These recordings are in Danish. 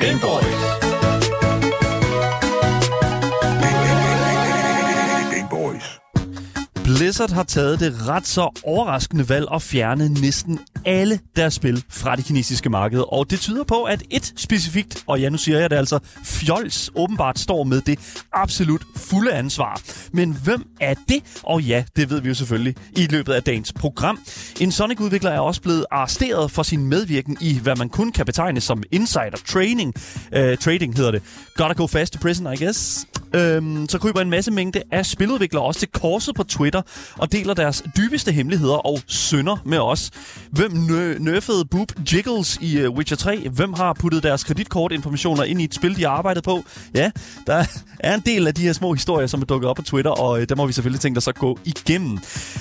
Game Boys. Blizzard har taget det ret så overraskende valg at fjerne næsten alle deres spil fra det kinesiske marked. Og det tyder på, at et specifikt, og ja, nu siger jeg det altså, fjols åbenbart står med det absolut fulde ansvar. Men hvem er det? Og ja, det ved vi jo selvfølgelig i løbet af dagens program. En Sonic-udvikler er også blevet arresteret for sin medvirken i, hvad man kun kan betegne som insider trading. Trading hedder det. Gotta go fast to prison, I guess. Så kryber en masse mængde af spiludviklere også til korset på Twitter og deler deres dybeste hemmeligheder og synder med os. Hvem nerfede Boop Jiggles i Witcher 3? Hvem har puttet deres kreditkortinformationer ind i et spil, de har arbejdet på? Ja, der er en del af de her små historier, som er dukket op på Twitter, og dem har vi selvfølgelig tænkt os at gå igennem.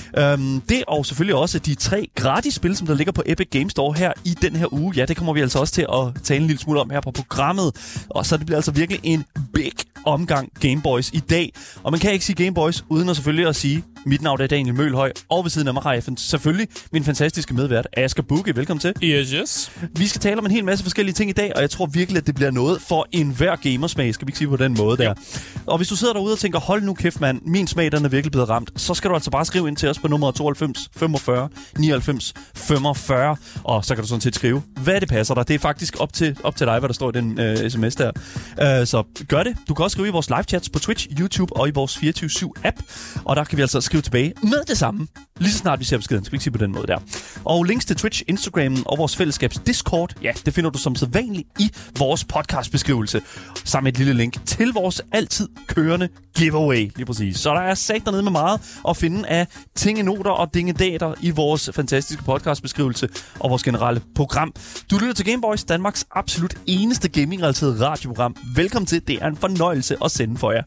Det og selvfølgelig også de 3 gratis spil, som der ligger på Epic Games Store her i den her uge. Ja, det kommer vi altså også til at tale en lille smule om her på programmet. Og så det bliver altså virkelig en big omgang Game Boys i dag. Og man kan ikke sige Game Boys uden at selvfølgelig at sige, mit navn er Daniel Mølhøj, og ved siden af mig har jeg selvfølgelig min fantastiske medvært, Asger Bukke. Velkommen til. Yes. Vi skal tale om en hel masse forskellige ting i dag, og jeg tror virkelig, at det bliver noget for enhver gamersmag, skal vi ikke sige på den måde der. Og hvis du sidder derude og tænker, hold nu kæft mand, min smag den er virkelig blevet ramt, så skal du altså bare skrive ind til os på nummer 92 45 99 45, og så kan du sådan set skrive, hvad det passer dig. Det er faktisk op til dig, hvad der står i den sms der. Så gør det. Du kan også skrive i vores live chats på Twitch, YouTube og i vores 24/7 app, og der kan vi altså skrive tilbage med det samme, lige så snart vi ser beskeden. Skal vi ikke sige på den måde der. Og links til Twitch, Instagram og vores fællesskabs Discord, ja, det finder du som sædvanligt i vores podcastbeskrivelse. Sammen med et lille link til vores altid kørende giveaway, lige præcis. Så der er sagt dernede med meget at finde af tingenoter og dingedater i vores fantastiske podcastbeskrivelse og vores generelle program. Du lytter til Game Boys, Danmarks absolut eneste gaming-relateret radioprogram. Velkommen til. Det er en fornøjelse at sende for jer.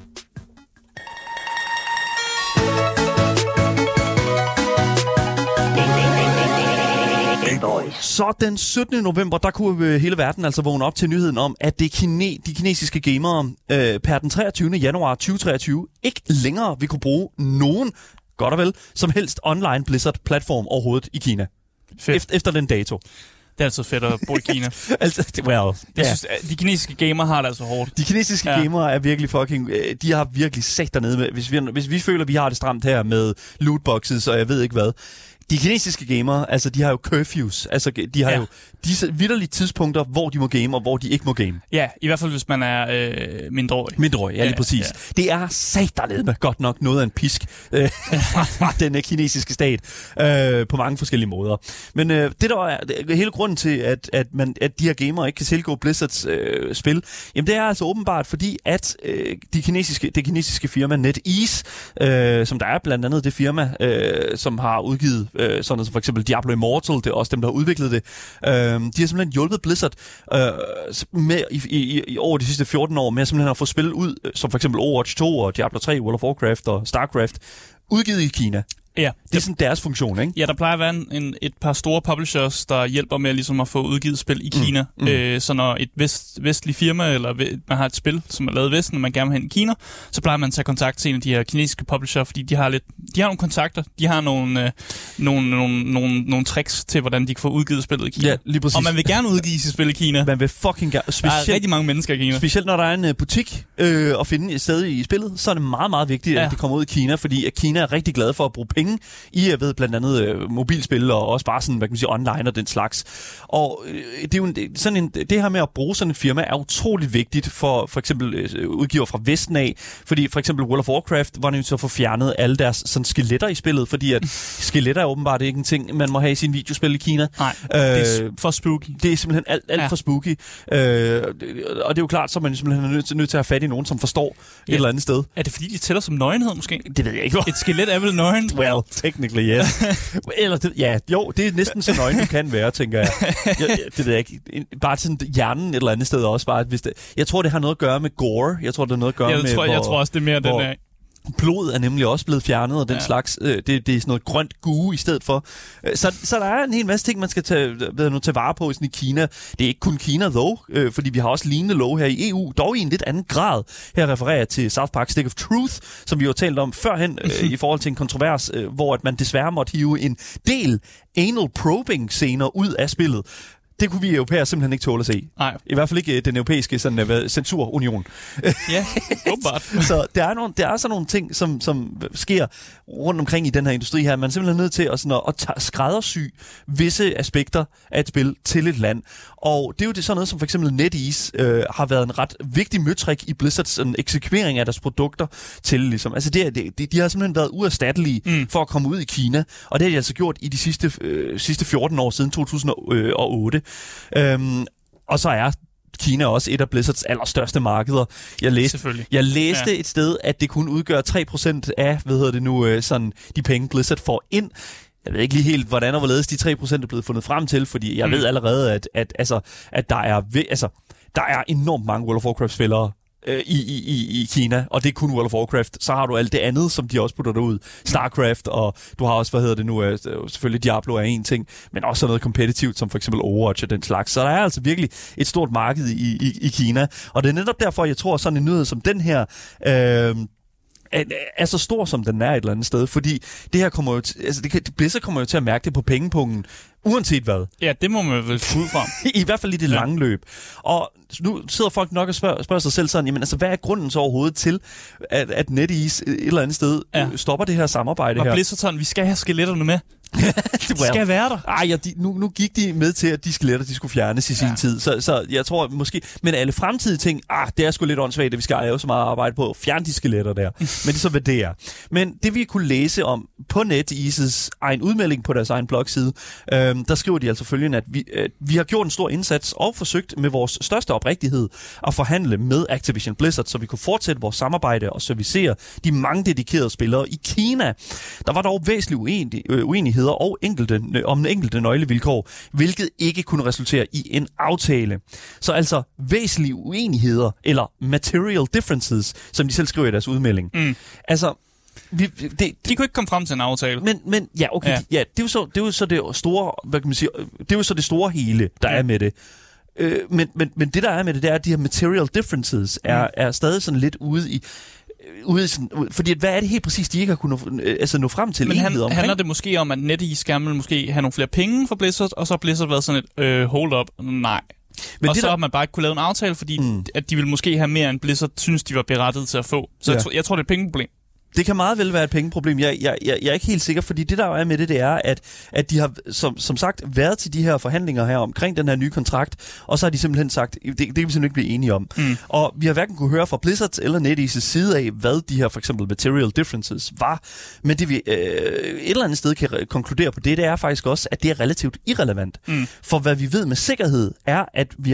Så den 17. november, der kunne hele verden altså vågne op til nyheden om, at de kinesiske gamere per den 23. januar 2023 ikke længere vil kunne bruge nogen, godt og vel, som helst online Blizzard-platform overhovedet i Kina. Efter den dato. Det er altså fedt at bo i Kina. Jeg synes, de kinesiske gamere har det altså hårdt. De kinesiske gamere er virkelig fucking... De har virkelig sat dernede med... Hvis vi føler, at vi har det stramt her med lootboxes og jeg ved ikke hvad... De kinesiske gamere, altså de har jo curfews, altså de har jo disse vitterlige tidspunkter, hvor de må game og hvor de ikke må game. Ja, i hvert fald hvis man er mindreårig. Mindreårig, ja lige præcis. Ja. Det er sat dernede med godt nok noget af en pisk fra den kinesiske stat på mange forskellige måder. Men det der er hele grunden til, at de her gamere ikke kan tilgå Blizzards spil, jamen det er altså åbenbart fordi, at det kinesiske firma NetEase, som der er blandt andet det firma, som har udgivet sådan som for eksempel Diablo Immortal, det er også dem, der har udviklet det. De har simpelthen hjulpet Blizzard med i over de sidste 14 år med at simpelthen at få spil ud, som for eksempel Overwatch 2 og Diablo 3, World of Warcraft og StarCraft, udgivet i Kina. Ja, det er sådan deres funktion, ikke? Ja, der plejer at være et par store publishers, der hjælper med ligesom at få udgivet spil i Kina. Så når et vestligt firma, eller man har et spil, som er lavet i Vesten, og man gerne vil hen i Kina, så plejer man at tage kontakt til en af de her kinesiske publishers, fordi de har nogle kontakter, de har nogle tricks til, hvordan de kan få udgivet spillet i Kina. Ja, lige præcis. Og man vil gerne udgive sit spil i Kina. Man vil fucking gerne. Der er rigtig mange mennesker i Kina. Specielt når der er en butik at finde et sted i spillet, så er det meget, meget vigtigt, at det kommer ud i Kina, fordi at Kina er rigtig glad for at bruge penge i, jeg ved, blandt andet mobilspil og også bare sådan, hvad kan man sige, online og den slags. Og det er jo det her med at bruge sådan et firma er utroligt vigtigt for eksempel udgiver fra Vesten af, fordi for eksempel World of Warcraft var nødt til at få fjernet alle deres sådan skeletter i spillet, fordi at skeletter er åbenbart ikke en ting, man må have i sin videospil i Kina. Nej, det er for spooky. Det er simpelthen alt for spooky. Og det er jo klart, så er man simpelthen nødt til at have fat i nogen, som forstår et eller andet sted. Er det fordi, de tæller som nøgenhed måske? Det ved jeg ikke. Et skelet er vel nøgen? Well, technically, yes. Eller det er næsten så nøgen, du kan være, tænker jeg. Det ved jeg ikke. Bare sådan hjernen et eller andet sted også. Bare, jeg tror, det har noget at gøre med gore. Jeg tror, det har noget at gøre med... Jeg tror også, det er mere den af. Blod er nemlig også blevet fjernet og den slags. Det er sådan noget grønt gue i stedet for. Så der er en hel masse ting, man skal tage vare på i Kina. Det er ikke kun Kina, dog, fordi vi har også lignende lov her i EU, dog i en lidt anden grad. Her refererer jeg til South Park Stick of Truth, som vi jo talt om førhen i forhold til en kontrovers, hvor at man desværre måtte hive en del anal probing scener ud af spillet. Det kunne vi europæere simpelthen ikke tåle at se. Nej. I hvert fald ikke den europæiske censurunion. Ja, åbenbart. Så der er sådan nogle ting, som sker rundt omkring i den her industri her. Man er simpelthen nødt til at skræddersy visse aspekter af et spil til et land. Og det er jo sådan noget, som for eksempel NetEase har været en ret vigtig møtrik i Blizzards eksekvering af deres produkter til. Ligesom. Altså de har simpelthen været uerstattelige for at komme ud i Kina. Og det har de altså gjort i de sidste 14 år siden 2008. Og så er Kina også et af Blizzards allerstørste markeder. Jeg læste et sted, at det kunne udgøre 3% af, sådan de penge Blizzard får ind. Jeg ved ikke lige helt, hvordan og hvorledes de 3% er blevet fundet frem til, fordi jeg ved allerede, at der er enormt mange World of Warcraft-spillere i Kina, og det er kun World of Warcraft. Så har du alt det andet, som de også putter derud. StarCraft, og du har også, selvfølgelig Diablo er en ting, men også sådan noget kompetitivt, som for eksempel Overwatch og den slags. Så der er altså virkelig et stort marked i Kina, og det er netop derfor, jeg tror, sådan en nyhed som den her er så stor, som den er et eller andet sted, fordi det her kommer jo Blizzard kommer jo til at mærke det på pengepungen, uanset hvad. Ja, det må man vel ud fra. I hvert fald i det lange løb. Og nu sidder folk nok og spørger sig selv sådan, jamen altså, hvad er grunden så overhovedet til, at NetEase et eller andet sted stopper det her samarbejde her? Og Blizzard sådan, vi skal have skeletterne med. De skal være der. Nu gik de med til, at de skeletter, de skulle fjernes i sin tid. Så jeg tror måske... Men alle fremtidige ting, det er sgu lidt åndssvagt, at vi skal lave så meget arbejde på at fjerne de skeletter der. Men det er så, hvad det er. Men det vi kunne læse om på NetEases egen udmelding på deres egen blogside, der skriver de altså følgende, at vi har gjort en stor indsats og forsøgt med vores største oprigtighed at forhandle med Activision Blizzard, så vi kunne fortsætte vores samarbejde og servicere de mange dedikerede spillere i Kina. Der var dog væsentlige uenigheder og enkelte nøglevilkår, hvilket ikke kunne resultere i en aftale. Så altså væsentlige uenigheder, eller material differences, som de selv skriver i deres udmelding. Altså, de kunne ikke komme frem til en aftale. Men ja, okay. Ja, det er jo så det store, hvad kan man sige, det er jo så det store hele, der er med det. Men det, der er med det, er, at de her material differences er stadig sådan lidt ude i fordi hvad er det helt præcis, de ikke har kunnet nå frem til? Men handler det måske om, at NetEase gerne vil måske have nogle flere penge for Blizzard, og så har Blizzard været sådan et hold up? Nej. Men og så har man bare ikke kunne lave en aftale, fordi at de vil måske have mere, end Blizzard synes, de var berettiget til at få. Så jeg tror, det er et pengeproblem. Det kan meget vel være et pengeproblem. Jeg er ikke helt sikker, fordi det der er med det er, at de har som sagt været til de her forhandlinger her omkring den her nye kontrakt, og så har de simpelthen sagt, det kan vi simpelthen ikke blive enige om. Og vi har hverken kunne høre fra Blizzards eller NetEases side af, hvad de her for eksempel material differences var, men det vi et eller andet sted kan konkludere på det er faktisk også, at det er relativt irrelevant. For hvad vi ved med sikkerhed er, at vi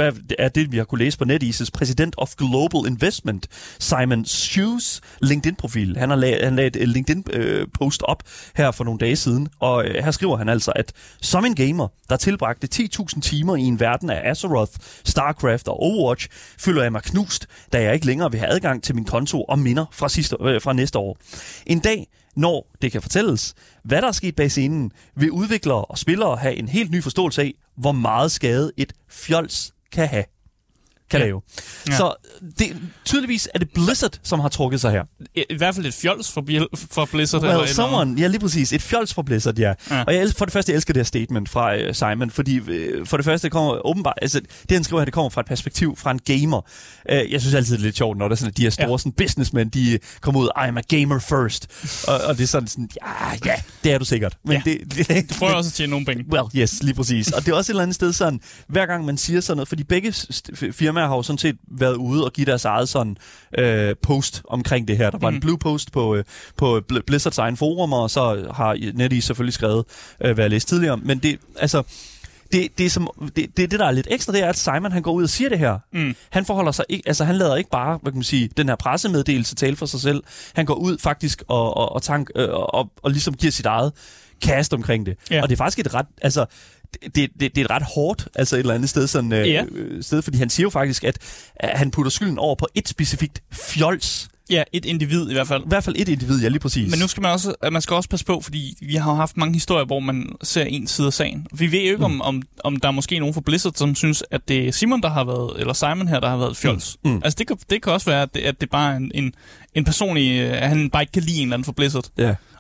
har kunne læse på NetEases President of Global Investment, Simon Hsu's LinkedIn-profil. Han lagde et LinkedIn-post op her for nogle dage siden, og her skriver han altså, at som en gamer, der tilbragte 10.000 timer i en verden af Azeroth, StarCraft og Overwatch, føler jeg mig knust, da jeg ikke længere vil have adgang til min konto og minder fra næste år. En dag, når det kan fortælles, hvad der er sket bag scenen, vil udviklere og spillere have en helt ny forståelse af, hvor meget skade et fjols kan have. Ja. Så tydeligvis er det Blizzard, som har trukket sig her. I hvert fald et fjols for Blizzard. Well, someone, ja, lige præcis. Et fjols for Blizzard, ja. Og for det første, jeg elsker det her statement fra Simon, fordi for det første, det kommer åbenbart, altså det han skriver her, det kommer fra et perspektiv fra en gamer. Jeg synes altid, det er lidt sjovt, når der er sådan, at de her store sådan, businessmen, de kommer ud, I'm a gamer first. Og det er sådan, ja, det er du sikkert. Men du prøver også at tjene nogle penge. Well, yes, lige præcis. Og det er også et eller andet sted sådan, hver gang man siger sådan noget, fordi begge firmaer har jo sådan set været ude og give deres eget sådan post omkring det her. Der var en blue post på Blizzards egen forum, og så har NetEase selvfølgelig skrevet, hvad jeg læste tidligere. Men det, altså, det der er lidt ekstra, det er, at Simon han går ud og siger det her. Han forholder sig ikke, altså han lader ikke bare, hvad kan man sige, den her pressemeddelelse tale for sig selv. Han går ud faktisk og ligesom giver sit eget cast omkring det. Ja. Og det er faktisk et ret, altså det er et ret hårdt, altså et eller andet sted, sådan, sted, fordi han siger jo faktisk, at han putter skylden over på et specifikt fjols. Ja, et individ i hvert fald. I hvert fald et individ, ja, lige præcis. Men nu skal man skal også passe på, fordi vi har haft mange historier, hvor man ser en side af sagen. Vi ved jo ikke, om der er måske nogen fra Blizzard, som synes, at det er Simon, der har været, eller Simon her, der har været fjols. Altså det kan også være, at det bare er en personlig, at han bare ikke kan lide en eller anden fra Blizzard. Ja.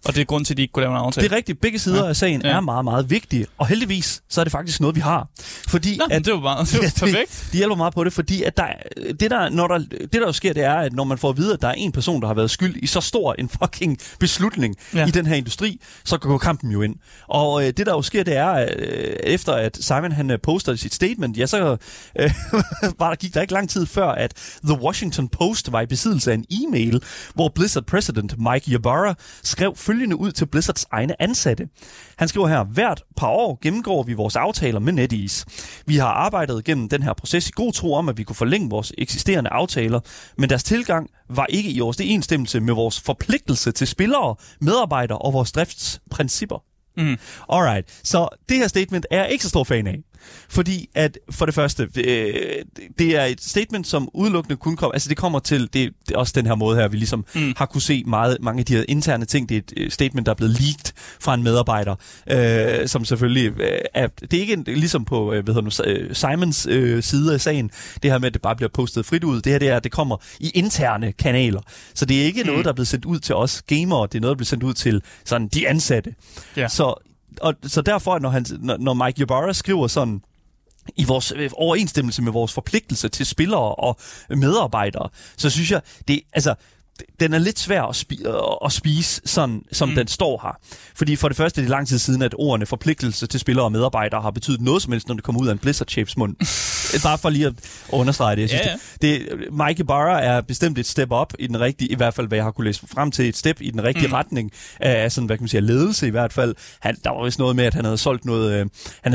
Og det er grund til, at de ikke kunne lave en aftale. Det er rigtigt. Begge sider af sagen er meget, meget vigtige. Og heldigvis, så er det faktisk noget, vi har. Fordi det var perfekt. De hjælper meget på det, fordi at det der jo sker, det er, at når man får at vide, at der er en person, der har været skyld i så stor en fucking beslutning i den her industri, så går kampen jo ind. Og det der jo sker, det er, at efter at Simon han poster sit statement, så gik der ikke lang tid før, at The Washington Post var i besiddelse af en e-mail, hvor Blizzard President Mike Ybarra skrev følgende ud til Blizzards egne ansatte. Han skriver her: hvert par år gennemgår vi vores aftaler med NetEase. Vi har arbejdet gennem den her proces i god tro om, at vi kunne forlænge vores eksisterende aftaler, men deres tilgang var ikke i overensstemmelse med vores forpligtelse til spillere, medarbejdere og vores driftsprincipper. Alright, så det her statement er jeg ikke så stor fan af. Fordi at for det første, det er et statement, som udelukkende kun kommer, altså det kommer til, det er også den her måde her, vi ligesom har kunne se mange af de her interne ting. Det er et statement, der er blevet leaked fra en medarbejder, som selvfølgelig er, det er ikke ligesom på Simons side af sagen, det her med, at det bare bliver postet frit ud. Det her, det er, at det kommer i interne kanaler. Så det er ikke noget, der er blevet sendt ud til os gamere, det er noget, der bliver sendt ud til sådan de ansatte. Yeah. Så derfor, når Mike Ybarra skriver sådan, i vores overensstemmelse med vores forpligtelse til spillere og medarbejdere, så synes jeg, den er lidt svær at spise, sådan som den står her. Fordi for det første er det lang tid siden, at ordene forpligtelse til spillere og medarbejdere har betydet noget som helst, når det kommer ud af en Blizzard-chefs mund. Bare for lige at understrege det. Jeg synes, Mike Ybarra er bestemt et step up i den rigtige, i hvert fald hvad jeg har kunne læse frem til, et step i den rigtige retning af sådan, hvad kan man sige, ledelse i hvert fald. Der var vist noget med, at han havde solgt noget,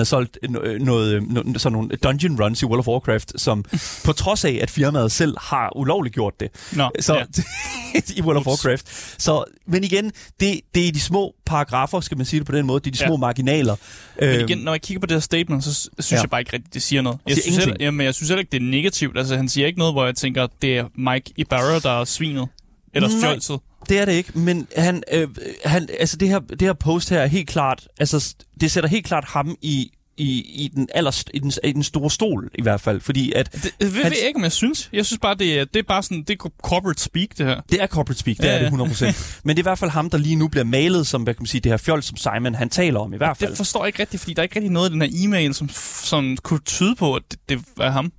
sådan nogle dungeon runs i World of Warcraft, som på trods af, at firmaet selv har ulovligt gjort det. I World of Warcraft. Så, men igen, det er de små paragrafer, skal man sige det på den måde. Det er de små marginaler. Men igen, når jeg kigger på det her statement, så synes jeg bare ikke rigtigt, det siger noget. Jeg synes heller ikke, det er negativt. Altså, han siger ikke noget, hvor jeg tænker, det er Mike Ybarra, der er svinet. Eller stjålset. Det er det ikke, men altså det her post her er helt klart, altså det sætter helt klart ham i den store stol i hvert fald, fordi at det ved jeg ikke, om jeg synes. Jeg synes bare det er bare sådan, det er corporate speak det her. Det er corporate speak, det er det 100%. Men det er i hvert fald ham, der lige nu bliver malet som, hvad kan man sige, det her fjold, som Simon han taler om i hvert fald. Det forstår jeg ikke rigtigt, fordi der er ikke rigtig noget i den her e-mail, som kunne tyde på, at det er ham.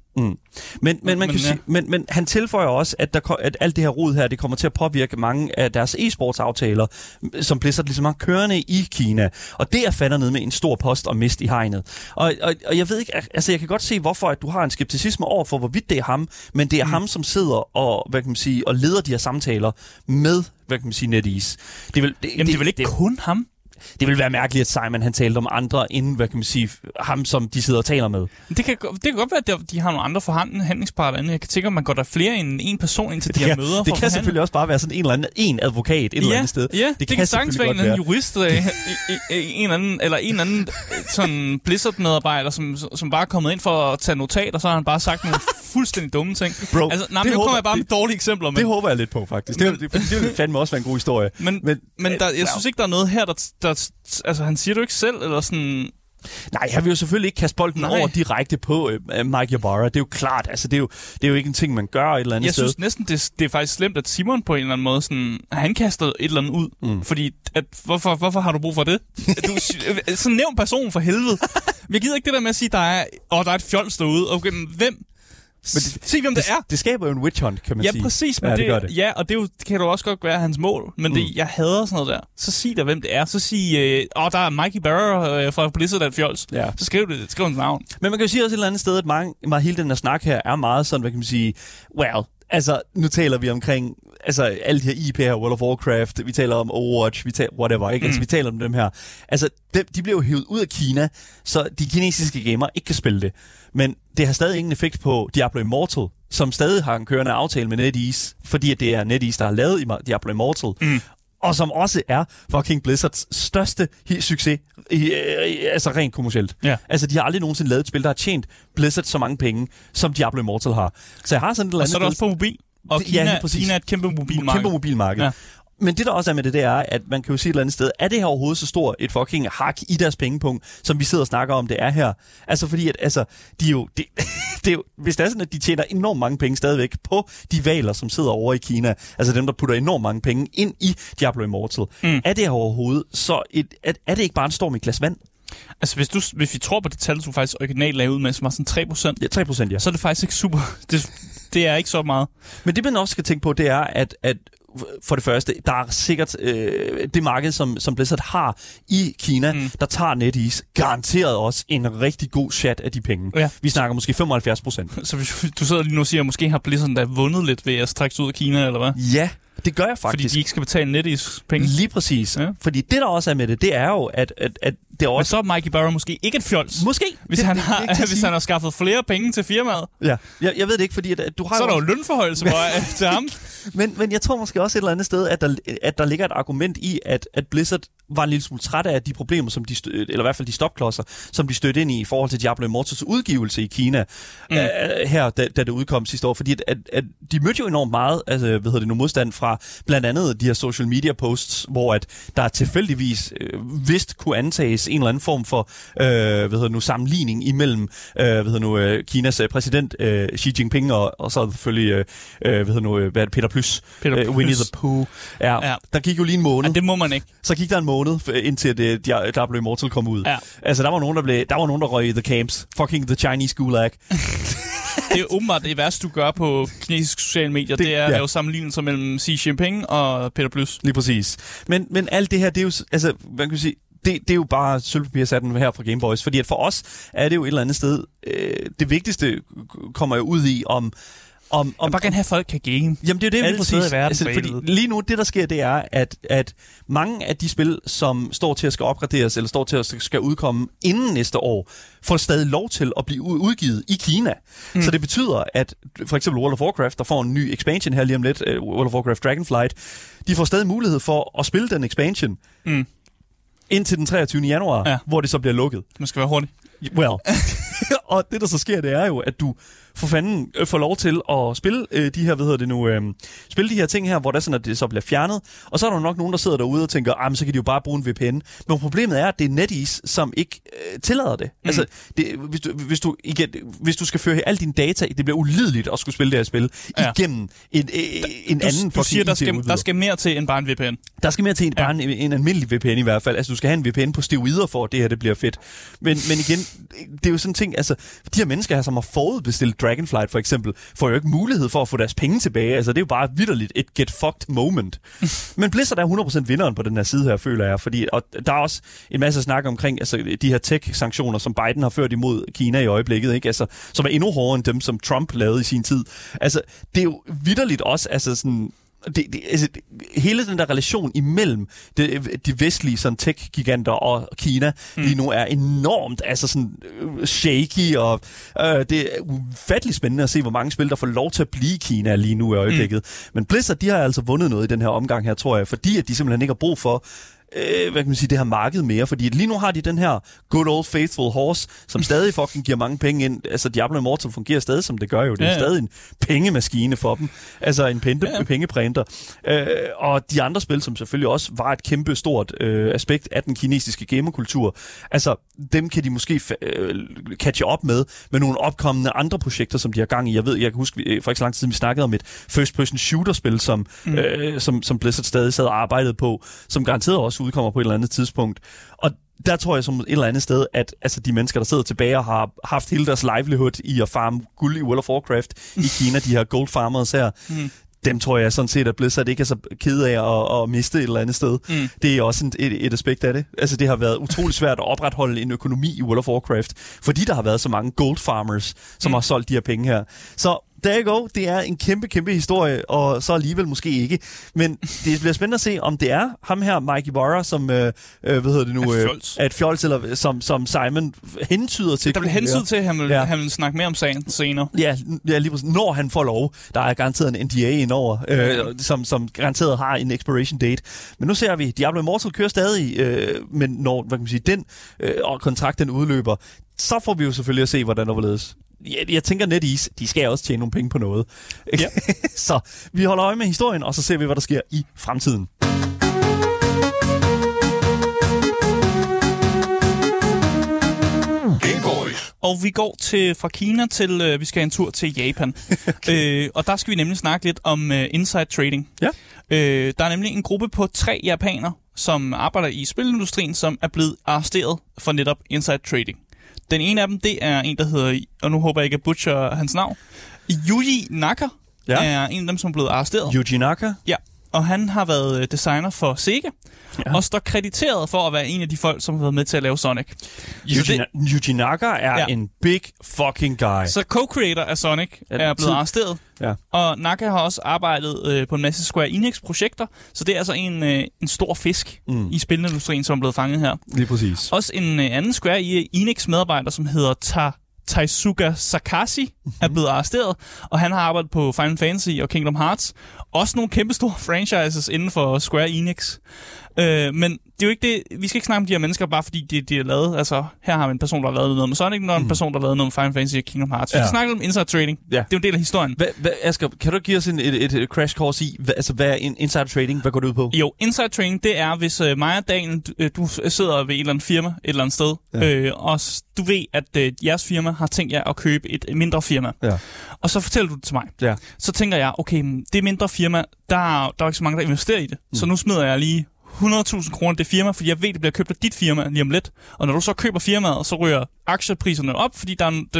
Men han tilføjer også, at alt det her rod her, det kommer til at påvirke mange af deres e-sports-aftaler, som Blizzard ligesom har kørende i Kina. Og det er fandme ned med en stor post og mist i hegnet. Og jeg ved ikke, altså jeg kan godt se, hvorfor at du har en skepticisme over for, hvorvidt det er ham, men det er ham, som sidder og, hvad kan man sige, og leder de her samtaler med, hvad kan man sige, NetEase. Det er vel ikke kun ham? Det vil være mærkeligt, at Simon han talte om andre, inden, hvad kan man sige, ham, som de sidder og taler med. Det kan godt være, at de har nogle andre forhandlingsparter. Jeg kan tænke, at man går der flere end en person ind til de her møder. Det kan selvfølgelig også bare være sådan en advokat et eller andet sted. Ja, det kan sagtens være en anden jurist, en anden sådan Blizzard-medarbejder, som bare er kommet ind for at tage notat, og så har han bare sagt nogle fuldstændig dumme ting. Bro, altså, nu kommer jeg bare med dårlige eksempler. Det håber jeg lidt på, faktisk. Det vil fandme også være en god historie. Men jeg synes ikke, der er noget her, der altså, han siger det jo ikke selv, eller sådan... Nej, jeg vil jo selvfølgelig ikke kaste bolden over direkte på Mike Ybarra. Det er jo klart, altså det er jo ikke en ting, man gør et eller andet sted. Jeg synes næsten, det er faktisk slemt, at Simon på en eller anden måde, sådan, han kaster et eller andet ud. Fordi, hvorfor har du brug for det? Sådan nævn person for helvede. Jeg gider ikke det der med at sige, der er et fjols derude. Okay, men hvem? Men se, hvem det er. Det skaber jo en witch hunt, kan man sige. Ja, præcis. Men det. Ja, og det kan jo også godt være hans mål. Men jeg hader sådan noget der. Så sig der, hvem det er. Så sig, der er Mike Ybarra fra Blizzard, der fjolls. Ja. Så skriv hans navn. Men man kan jo sige også et eller andet sted, at hele den her snak her er meget sådan, hvad kan man sige, altså, nu taler vi omkring alle de her IP her, World of Warcraft, vi taler om Overwatch, vi taler whatever, ikke? Altså, vi taler om dem her. Altså, de bliver jo hævet ud af Kina, så de kinesiske gamere ikke kan spille det. Men det har stadig ingen effekt på Diablo Immortal, som stadig har en kørende aftale med NetEase, fordi det er NetEase, der har lavet Diablo Immortal. Og som også er fucking Blizzards største succes, altså rent kommercielt. Ja. Altså, de har aldrig nogensinde lavet et spil, der har tjent Blizzard så mange penge, som Diablo Immortal har. Så jeg har sådan et eller andet... Og så er det også på mobil. Og Kina er et kæmpe mobilmarked. Ja. Men det der også er med det er, at man kan jo sige et eller andet sted, er det her overhovedet så stor et fucking hak i deres pengepunkt, som vi sidder og snakker om, det er her? Altså fordi, at de er jo, det er jo, hvis det er sådan, at de tjener enormt mange penge stadigvæk på de valer, som sidder over i Kina, altså dem, der putter enormt mange penge ind i Diablo Immortal, er det her overhovedet så er det ikke bare en storm i glas vand? Altså, hvis vi tror på det tal, som faktisk originalt lavede ud med, som var sådan 3%, ja, 3%, ja. Så er det faktisk ikke super. Det er ikke så meget. Men det, man også skal tænke på, det er, at for det første, der er sikkert det marked, som Blizzard har i Kina, der tager NetEase garanteret også en rigtig god chat af de penge. Ja. Vi snakker måske 75%. Så du sidder lige nu og siger, at måske har Blizzard da vundet lidt ved at trække sig ud af Kina, eller hvad? Ja, det gør jeg faktisk. Fordi de ikke skal betale NetEase penge? Lige præcis. Ja. Fordi det, der også er med det er jo, at det er også... Men så er Mikey Barrow måske ikke et fjols. Måske. Hvis han har skaffet flere penge til firmaet. Ja, jeg ved det ikke, fordi at du har... Så er der jo lønforhøjelse til ham. Men jeg tror måske også et eller andet sted, at der ligger et argument i, at Blizzard var en lille smule træt af de problemer, som eller i hvert fald de stopklodser, som de stødte ind i forhold til Diablo Immortals udgivelse i Kina her, da det udkom sidste år. Fordi at de mødte jo enormt meget modstand fra blandt andet de her social media posts, hvor at der tilfældigvis vist kunne antages en eller anden form for sammenligning imellem Kinas præsident Xi Jinping og så selvfølgelig Peter Plys, Winnie the Pooh. Ja. Der gik jo lige en måned. Ja, det må man ikke. Så gik der en måned indtil Diablo Immortal kom ud. Ja. Altså der var nogen der røg i the camps. Fucking the Chinese gulag. Det er åbenbart det værste, du gør på kinesiske sociale medier. Det er at lave sammenlignelser mellem Xi Jinping og Peter Plys. Lige præcis. Men alt det her, det er jo, altså, man kan sige, det er jo bare sølvpapirsatten her fra Game Boys. Fordi at for os er det jo et eller andet sted, det vigtigste kommer jo ud i om jeg bare gerne have, folk kan game. Jamen det er jo det, præcis. Altså, fordi lige nu, det der sker, det er, at mange af de spil, som står til at skal opgraderes, eller står til at skal udkomme inden næste år, får stadig lov til at blive udgivet i Kina. Så det betyder, at for eksempel World of Warcraft, der får en ny expansion her lige om lidt, World of Warcraft Dragonflight, de får stadig mulighed for at spille den expansion indtil den 23. januar, hvor det så bliver lukket. Man skal være hurtig. Well. Og det, der så sker, det er jo, at du får lov til at spille de her, spille de her ting her, hvor det er sådan, at det så bliver fjernet. Og så er der nok nogen, der sidder derude og tænker, så kan de jo bare bruge en VPN. Men problemet er, at det er NetEase, som ikke tillader det. Altså, hvis du skal føre alle dine data, det bliver ulideligt at skulle spille det her spil igennem en anden. Du siger, der skal mere til end bare en VPN. Der skal mere til end bare en almindelig VPN i hvert fald. Altså, du skal have en VPN på steroider for, at det her det bliver fedt. Men igen, det er jo sådan en ting, altså, de her mennesker her, som har forudbestilt Dragonflight for eksempel, får jo ikke mulighed for at få deres penge tilbage. Altså, det er jo bare vitterligt et get fucked moment. Men Blizzard er 100% vinderen på den her side her, føler jeg. Fordi og der er også en masse snak omkring de her tech-sanktioner, som Biden har ført imod Kina i øjeblikket, ikke? Altså, som er endnu hårdere end dem, som Trump lavede i sin tid. Altså, det er jo vitterligt også, altså sådan... hele den der relation imellem de vestlige sådan tech-giganter og Kina lige nu er enormt sådan shaky, og det er ufattelig spændende at se, hvor mange spil, der får lov til at blive i Kina lige nu i øjeblikket. Men Blizzard, de har altså vundet noget i den her omgang her, tror jeg, fordi at de simpelthen ikke har brug for det her marked mere, fordi lige nu har de den her good old faithful horse, som stadig fucking giver mange penge ind. Altså Diablo Immortal fungerer stadig, som det gør jo. Det er stadig en pengemaskine for dem. Altså en pengeprinter. Og de andre spil, som selvfølgelig også var et kæmpe stort aspekt af den kinesiske gamerkultur, altså dem kan de måske catche op med nogle opkommende andre projekter, som de har gang i. Jeg kan huske, for ikke så lang tid siden, vi snakkede om et first-person shooter-spil, som Blizzard stadig sad og arbejdede på, som garanteret også udkommer på et eller andet tidspunkt. Og der tror jeg som et eller andet sted, at altså, de mennesker, der sidder tilbage og har haft hele deres livelihood i at farme guld i World of Warcraft i Kina, de her gold farmers her, dem tror jeg sådan set, at Blizzard ikke er så ked af at miste et eller andet sted. Det er også et aspekt af det. Altså det har været utrolig svært at opretholde en økonomi i World of Warcraft, fordi der har været så mange gold farmers, som har solgt de her penge her. Så there you go. Det er en kæmpe, kæmpe historie, og så alligevel måske ikke. Men det bliver spændende at se, om det er ham her, Mikey Barra, som er et fjols, eller som Simon hentyder til. Der bliver hentydet til, at han vil snakke mere om sagen senere. Ja, lige præcis. Når han får lov. Der er garanteret en NDA indover, som garanteret har en expiration date. Men nu ser vi, Diablo Immortal kører stadig, men når den kontrakt den udløber, så får vi jo selvfølgelig at se, hvordan overledes. jeg tænker NetEase, de skal også tjene nogle penge på noget. Ja. Så vi holder øje med historien, og så ser vi, hvad der sker i fremtiden. Og vi går fra Kina til, vi skal en tur til Japan. Okay. Og der skal vi nemlig snakke lidt om inside trading. Ja. Der er nemlig en gruppe på 3 japanere, som arbejder i spilindustrien, som er blevet arresteret for netop inside trading. Den ene af dem, det er en, der hedder, og nu håber jeg ikke at butcher hans navn, Yuji Naka, er en af dem, som er blevet arresteret. Yuji Naka? Ja, og han har været designer for Sega, og står krediteret for at være en af de folk, som har været med til at lave Sonic. Yuji Naka er en big fucking guy. Så co-creator af Sonic er blevet arresteret. Ja. Og Naka har også arbejdet på en masse Square Enix-projekter, så det er altså en stor fisk i spilindustrien, som er blevet fanget her. Lige præcis. Også en anden Square Enix-medarbejder, som hedder Taisuga Sakashi, er blevet arresteret, og han har arbejdet på Final Fantasy og Kingdom Hearts. Også nogle kæmpestore franchises inden for Square Enix. Men det er jo ikke det. Vi skal ikke snakke om de her mennesker, bare fordi de er lavet. Altså, her har vi en person, der har lavet noget med Sonic, og en person, der har lavet noget med Final Fantasy og Kingdom Hearts. Vi skal snakke om inside trading. Ja. Det er jo en del af historien. Asger, kan du give os et crash course i, hvad er inside trading? Hvad går det ud på? Jo, inside trading, det er, hvis mig og Daniel, du sidder ved et eller andet firma, et eller andet sted, og du ved, at jeres firma har tænkt jer at købe et mindre firma. Ja. Og så fortæller du det til mig. Ja. Så tænker jeg, okay, det mindre firma, der er ikke så mange, der investerer i det. Så nu smider jeg lige 100.000 kroner det firma, fordi jeg ved, det bliver købt af dit firma lige om lidt. Og når du så køber firmaet, så ryger aktiepriserne op, fordi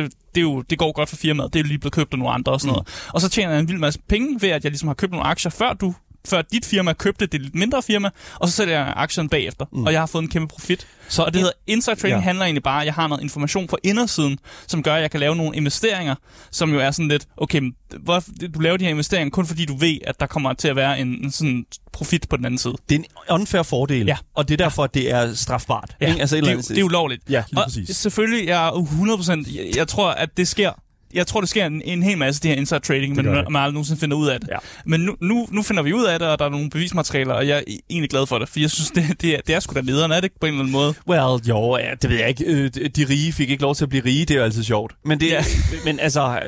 det går godt for firmaet. Det er jo lige blevet købt af nogle andre og sådan noget. Og så tjener jeg en vild masse penge ved, at jeg ligesom har købt nogle aktier, før dit firma købte det lidt mindre firma, og så sælger jeg aktien bagefter. Og jeg har fået en kæmpe profit. Så og det hedder inside trading handler egentlig bare, at jeg har noget information fra indersiden, som gør, at jeg kan lave nogle investeringer, som jo er sådan lidt, okay, du laver de her investeringer kun fordi du ved, at der kommer til at være en sådan profit på den anden side. Det er en unfair fordel, og det er derfor, at det er strafbart. Ja, altså det er ulovligt. Ja, lige og præcis. Selvfølgelig, jeg er 100%, jeg tror, at det sker. Jeg tror, det sker en hel masse det her inside trading, men man aldrig nogensinde finder ud af det. Ja. Men nu finder vi ud af det, og der er nogle bevismaterialer, og jeg er egentlig glad for det, for jeg synes, det er sgu da lederen, er det ikke på en eller anden måde? Well, jo, det ved jeg ikke. De rige fik ikke lov til at blive rige, det er jo altid sjovt. Men, men altså,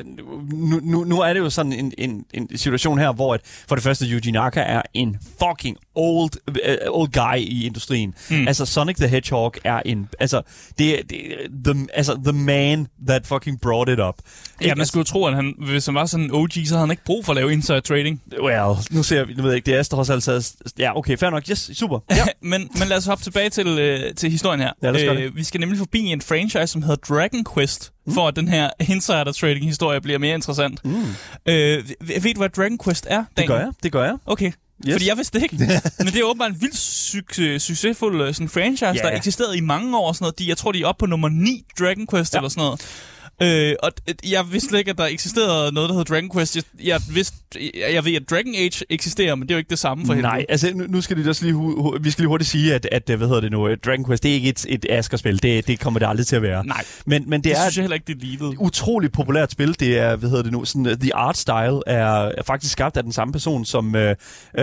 nu er det jo sådan en situation her, hvor at, for det første, Yuji Naka er en fucking old guy i industrien. Altså, Sonic the Hedgehog er the man that fucking brought it up. Ja, man skulle jo tro, at hvis han var sådan en OG, så havde han ikke brug for at lave inside trading. Well, nu ved jeg ikke, det er trods alt. Ja, okay, fair nok. Yes, super. Ja. men lad os hoppe tilbage til historien her. Ja, vi skal nemlig forbi en franchise, som hedder Dragon Quest, for at den her insider trading historie bliver mere interessant. Ved du, hvad Dragon Quest er, Daniel? Det gør jeg. Okay. Yes. Fordi jeg vidste det ikke. Men det er åbenbart en vildt succesfuld sådan franchise, der eksisterede i mange år. Sådan noget. Jeg tror, de er oppe på nummer 9 Dragon Quest eller sådan noget. Og jeg vidste slet ikke, at der eksisterede noget, der hedder Dragon Quest. Jeg ved, at Dragon Age eksisterer, men det er jo ikke det samme for helvede. Nej, altså nu skal vi skal lige hurtigt sige, at Dragon Quest, det er ikke et Asger-spil. Det kommer det aldrig til at være. Nej, men det er synes jeg heller ikke, det er livet. Utroligt populært spil. Det er, sådan, the art style er faktisk skabt af den samme person, som har,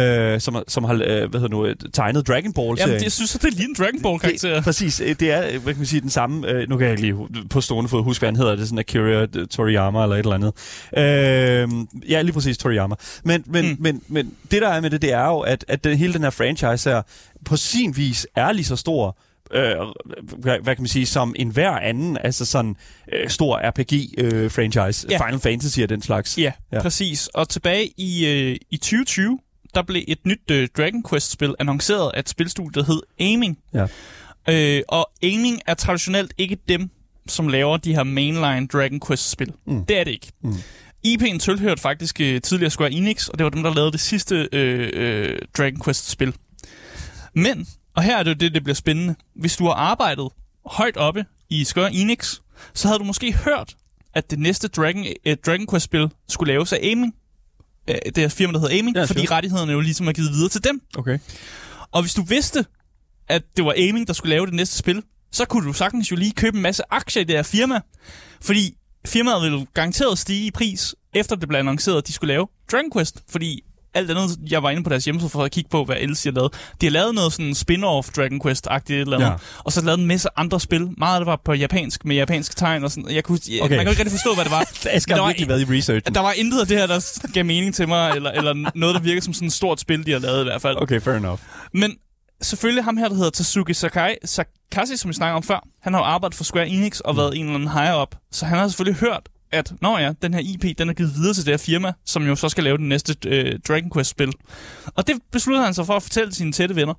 tegnet Dragon Ball. Jamen, jeg synes, at det er lige en Dragon Ball-karakter. Præcis, det er, hvad kan man sige, den samme, nu kan jeg ikke lige på stående fod huske, hvad han hedder, det er sådan Akira Toriyama eller et eller andet. Ja, lige præcis Toriyama. Men det der er med det er jo, at hele den her franchise her på sin vis er lige så stor, hvad kan man sige, som en hver anden, altså sådan stor RPG-franchise. Final Fantasy og den slags. Ja, præcis. Og tilbage i 2020, der blev et nyt Dragon Quest-spil annonceret af et spilstudie, der hed Aiming. Ja. Og Aiming er traditionelt ikke dem, som laver de her mainline Dragon Quest-spil. Det er det ikke. IP'en tilhørte faktisk tidligere Square Enix, og det var dem, der lavede det sidste Dragon Quest-spil. Men, og her er det jo det bliver spændende, hvis du har arbejdet højt oppe i Square Enix, så havde du måske hørt, at det næste Dragon Quest-spil skulle laves af Aiming. Det er firma, der hedder Aiming, fordi rettighederne jo ligesom er givet videre til dem. Okay. Og hvis du vidste, at det var Aiming, der skulle lave det næste spil, så kunne du sagtens jo lige købe en masse aktier i det her firma, fordi firmaet ville garanteret stige i pris, efter det blev annonceret, at de skulle lave Dragon Quest, fordi alt andet, jeg var inde på deres hjemmeside for at kigge på, hvad ellers de har lavet. De har lavet noget sådan spin-off Dragon Quest-agtigt eller andet, og så lavet en masse andre spil. Meget af det var på japansk, med japanske tegn og sådan. Man kan ikke rigtig forstå, hvad det var. Jeg skal virkelig været i research. Der var intet af det her, der gav mening til mig, eller noget, der virker som sådan et stort spil, de har lavet i hvert fald. Okay, fair enough. Men selvfølgelig ham her, der hedder Tatsuki Sakasi, som vi snakker om før, han har jo arbejdet for Square Enix og været en eller anden higher up, så han har selvfølgelig hørt, at den her IP, den er givet videre til det her firma, som jo så skal lave den næste Dragon Quest-spil. Og det besluttede han sig for at fortælle sine tætte venner.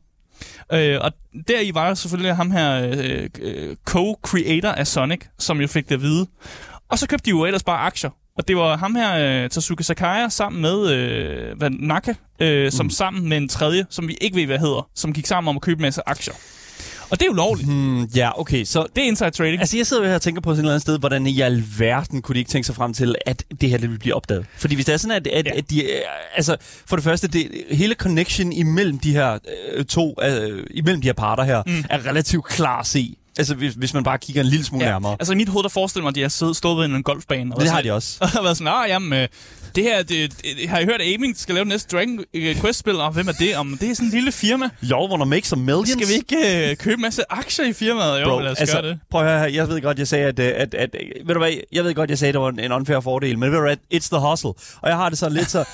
Og deri var selvfølgelig ham her co-creator af Sonic, som jo fik det at vide. Og så købte de jo ellers bare aktier. Og det var ham her, Tatsuki Sakai, sammen med Naka, som sammen med en tredje, som vi ikke ved, hvad hedder, som gik sammen om at købe en masse aktier. Og det er jo lovligt. Ja, okay. Så det er inside trading. Altså, jeg sidder her og tænker på sådan et eller andet sted, hvordan i alverden kunne de ikke tænke sig frem til, at det her det vil blive opdaget. Fordi hvis det er sådan, at de... Altså, for det første, hele connection imellem de her imellem de her parter her, er relativt klar at se. Altså, hvis man bare kigger en lille smule nærmere. Altså, i mit hoved, der forestiller mig, at de har stået ved en golfbane. Og det har de også. Og har været sådan, det her, har I hørt, at Aming skal lave det næste Dragon Quest-spil? Og hvem er det? Det er sådan en lille firma. You wanna make some millions? Skal vi ikke købe en masse aktier i firmaet? Jo, bro, lad os gøre det. Prøv at høre her. Jeg ved godt, jeg sagde, at ved du hvad, jeg ved godt, jeg sagde, at det var en unfair fordel, men ved du hvad, it's the hustle. Og jeg har det så lidt så...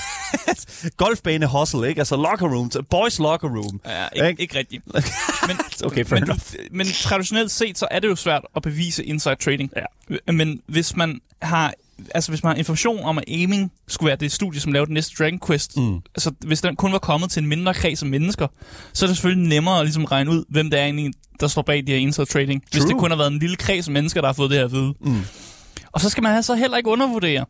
golfbane hustle, ikke? Altså locker room, boys locker room. Ja, ikke rigtigt. Okay, fair enough. Men traditionelt set, så er det jo svært at bevise inside trading. Ja. Men hvis man har information om, at Aming skulle være det studie, som lavede den næste Dragon Quest, altså hvis den kun var kommet til en mindre kreds af mennesker, så er det selvfølgelig nemmere at ligesom regne ud, hvem det er egentlig, der står bag de her inside trading. True. Hvis det kun har været en lille kreds af mennesker, der har fået det her at vide. Og så skal man så heller ikke undervurdere.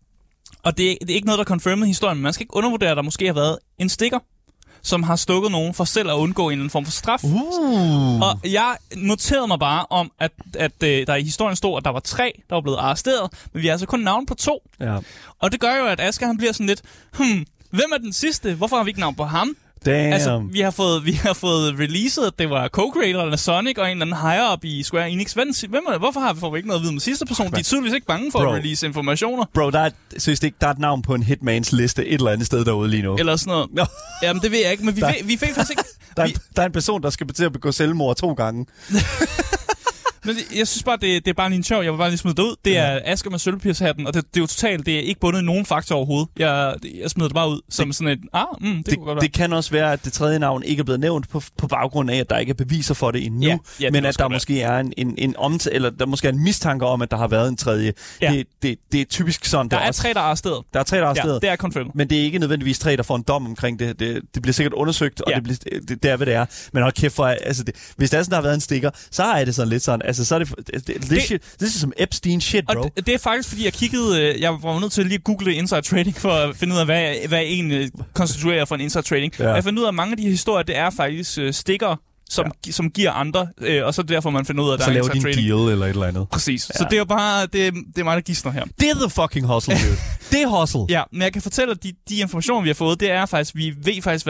Og det er ikke noget, der confirmer historien, men man skal ikke undervurdere, at der måske har været en stikker, som har stukket nogen for selv at undgå en eller anden form for straf. Og jeg noterede mig bare om, at der i historien stod, at der var 3, der var blevet arresteret, men vi har altså kun navn på 2. Ja. Og det gør jo, at Asger han bliver sådan lidt, hvem er den sidste? Hvorfor har vi ikke navn på ham? Damn. Altså, vi har fået releaset, at det var co-creatoren af Sonic og en eller anden higher up i Square Enix. Hvorfor får vi ikke noget at vide med sidste person? De er tydeligvis ikke bange for at release informationer. Bro, der er et navn på en hitmans liste et eller andet sted derude lige nu. Eller sådan noget. Jamen, det ved jeg ikke, men vi ved faktisk ikke... Der er en person, der skal til at begå selvmord 2 gange. Men jeg synes bare, det er bare en sjov. Jeg vil bare lige smide det ud. Det er Asger med sølvpapirshatten, og det er jo totalt, det er ikke bundet i nogen faktor overhovedet. Jeg smider det bare ud som sådan et, det kunne godt være. Det kan også være, at det tredje navn ikke er blevet nævnt på baggrund af, at der ikke er beviser for det endnu, men at der måske er en omtale, eller der måske er en mistanke om, at der har været en tredje. Ja. Det er typisk sådan. Der er 3, der er arresteret. Der er 3, der er arresteret. Ja, det er confirmed. Men det er ikke nødvendigvis 3, der får en dom omkring det. Det bliver sikkert undersøgt, og det er, hvad det er. Men hold kæft for, altså hvis der er sådan, der har været en stikker, så er det sådan lidt sådan, altså så er det er som Epstein shit, bro. Og det er faktisk, fordi jeg kiggede... Jeg var nødt til lige at google inside trading, for at finde ud af, hvad egentlig konstituerer for en inside trading. Ja. Og jeg fandt ud af, at mange af de her historier, det er faktisk stikker, som giver andre, og så derfor man finder ud af, at der er inside trading. Så laver de en deal eller et eller andet. Præcis. Ja. Så det er jo bare... Det er mig, der gidsner her. Det er the fucking hustle, dude. Det er hustle. Ja, men jeg kan fortælle, at de informationer, vi har fået, det er faktisk... Vi ved faktisk,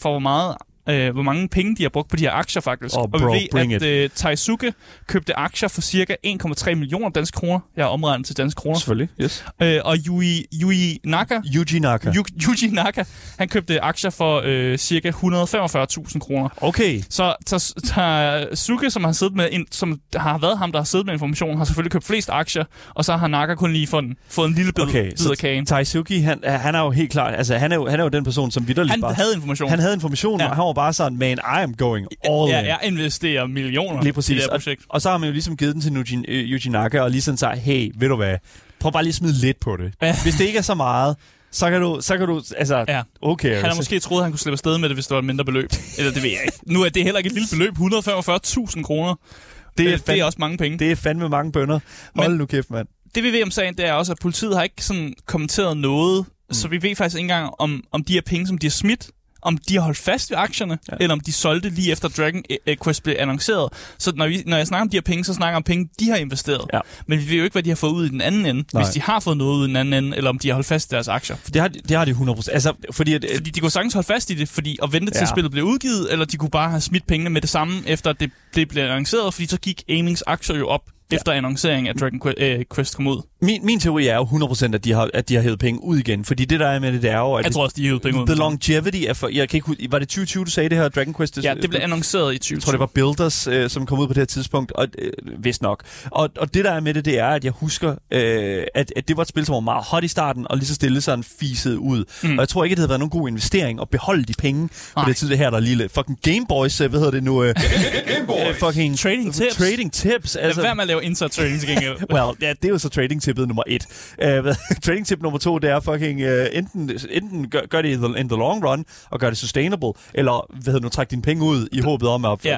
hvor mange penge de har brugt på de her aktier faktisk. Og vi ved, at Taisuke købte aktier for cirka 1,3 millioner danske kroner. Jeg har omregnet til danske kroner. Selvfølgelig, yes. Og Yuji Naka, han købte aktier for cirka 145.000 kroner. Okay. Så Taisuke, som har været ham, der har siddet med informationen, har selvfølgelig købt flest aktier, og så har Naka kun lige fået en lille bid af kagen. Taisuke, han er jo helt klart, altså han er jo den person, som vitterligt bare... Han havde information, og han var bare sådan, man, I am going all in. Jeg investerer millioner lige præcis. i det her projekt. Og så har man jo ligesom givet den til Yuji Naka, og lige sådan sagt, hey, ved du hvad, prøv bare lige at smide lidt på det. Ja. Hvis det ikke er så meget, så kan du altså, okay. Han har måske troet, han kunne slippe afsted med det, hvis det var et mindre beløb. Eller det ved jeg ikke. Nu er det heller ikke et lille beløb, 145.000 kroner. Det er også mange penge. Det er fandme mange bønner. Hold nu kæft, mand. Det vi ved om sagen, det er også, at politiet har ikke sådan kommenteret noget, så vi ved faktisk ikke engang om de her penge, som de har smidt, om de har holdt fast ved aktierne, eller om de solgte lige efter Dragon Quest blev annonceret. Så når jeg snakker om de her penge, så snakker jeg om penge, de har investeret. Ja. Men vi ved jo ikke, hvad de har fået ud i den anden ende, hvis de har fået noget ud i den anden ende, eller om de har holdt fast i deres aktier. Det har de 100%. Altså, fordi de kunne sagtens holde fast i det, og vente til spillet blev udgivet, eller de kunne bare have smidt pengene med det samme, efter det blev annonceret, fordi så gik Amings aktier jo op efter annonceringen af Dragon Quest kom ud. Min teori er jo 100%, at de har hævet penge ud igen. Fordi det der er med det er jo... Jeg tror også, de har hævet penge ud. The longevity er for... Jeg kan ikke, var det 2020, du sagde det her, Dragon Quest? Ja, det blev annonceret i 2020. Jeg tror, det var Builders, som kom ud på det her tidspunkt. Og vist nok. Og det der er med det er, at jeg husker, at det var et spil, som var meget hot i starten, og lige så stille sådan fiset ud. Og jeg tror ikke, det havde været nogen god investering at beholde de penge på det tid, det her, der lille fucking Gameboys, hvad hedder det nu? Fucking Trading tips. Altså, lad være med at lave insert trading til gengæld. Well, ja, det er jo så trading-tippet nummer 1. Trading-tip nummer 2, det er fucking enten gør det in the long run, og gør det sustainable, eller træk dine penge ud i håbet om at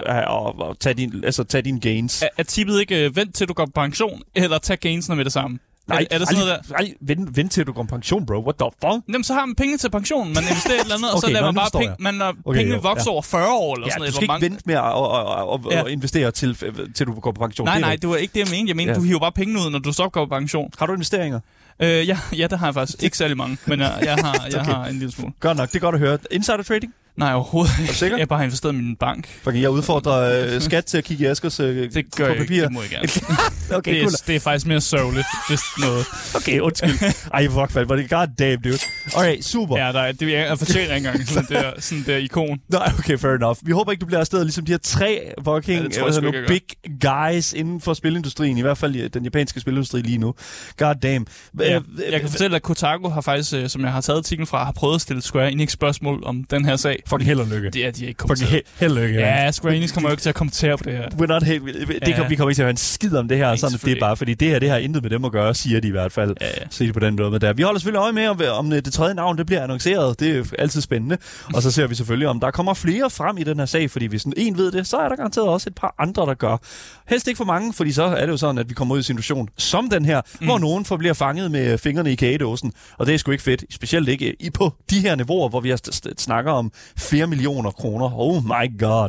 tage dine gains. Er tippet ikke vent til du går på pension, eller tag gainsene med det samme? Nej, er det sådan noget der? Vent til du går på pension, bro. What the fuck? Jamen, så har man penge til pension. Man investerer et eller andet, og så lader man bare pengene vokse over 40 år eller sådan noget. Du skal ikke vente med at investere til du går på pension. Nej, det var ikke det, jeg mente. Jeg mente, du hiver bare pengene ud, når du så går på pension. Har du investeringer? Ja, det har jeg faktisk. Ikke særlig mange, men jeg har en lille smule. Godt nok, det er godt at høre. Insider trading? Nej, overhovedet ikke. Er du sikker? Jeg har bare investeret i min bank. Okay, jeg udfordrer skat til at kigge i Askers det gør på jeg papir. Det må jeg gerne. Okay, det er faktisk mere sørgeligt, hvis noget. Okay, undskyld. Ej, fuck, var det god damn, dude. Okay, super. Ja, jeg fortjener ikke engang sådan der ikon. Nej, okay, fair enough. Vi håber ikke, du bliver afsted ligesom de her 3 fucking big guys inden for spilindustrien. I hvert fald den japanske spilindustri lige nu. God damn. Jeg kan fortælle, at Kotaku har faktisk, som jeg har taget artiklen fra, har prøvet at stille Square Enix spørgsmål om den her sag. Fucking held og lykke. Det er de ikke kommenteret. Held og lykke. Ja, Square Enix kommer jo ikke til at kommentere på det her. Vi kommer ikke til at høre en skid om det her, sådan at det er bare, fordi det har intet med dem at gøre, siger de i hvert fald. Siger de på den måde der. Vi holder selvfølgelig øje med, om det tredje navn det bliver annonceret. Det er altid spændende. Og så ser vi selvfølgelig, om der kommer flere frem i den her sag, fordi hvis en ved det, så er der garanteret også et par andre, der gør. Helst ikke for mange, fordi så er det jo sådan, at vi kommer ud i en situation som den her, hvor nogen bliver fanget med fingrene i kagedåsen. Og det er sgu ikke fedt. Specielt ikke på de her niveauer, hvor vi snakker om 4 millioner kroner. Oh my god.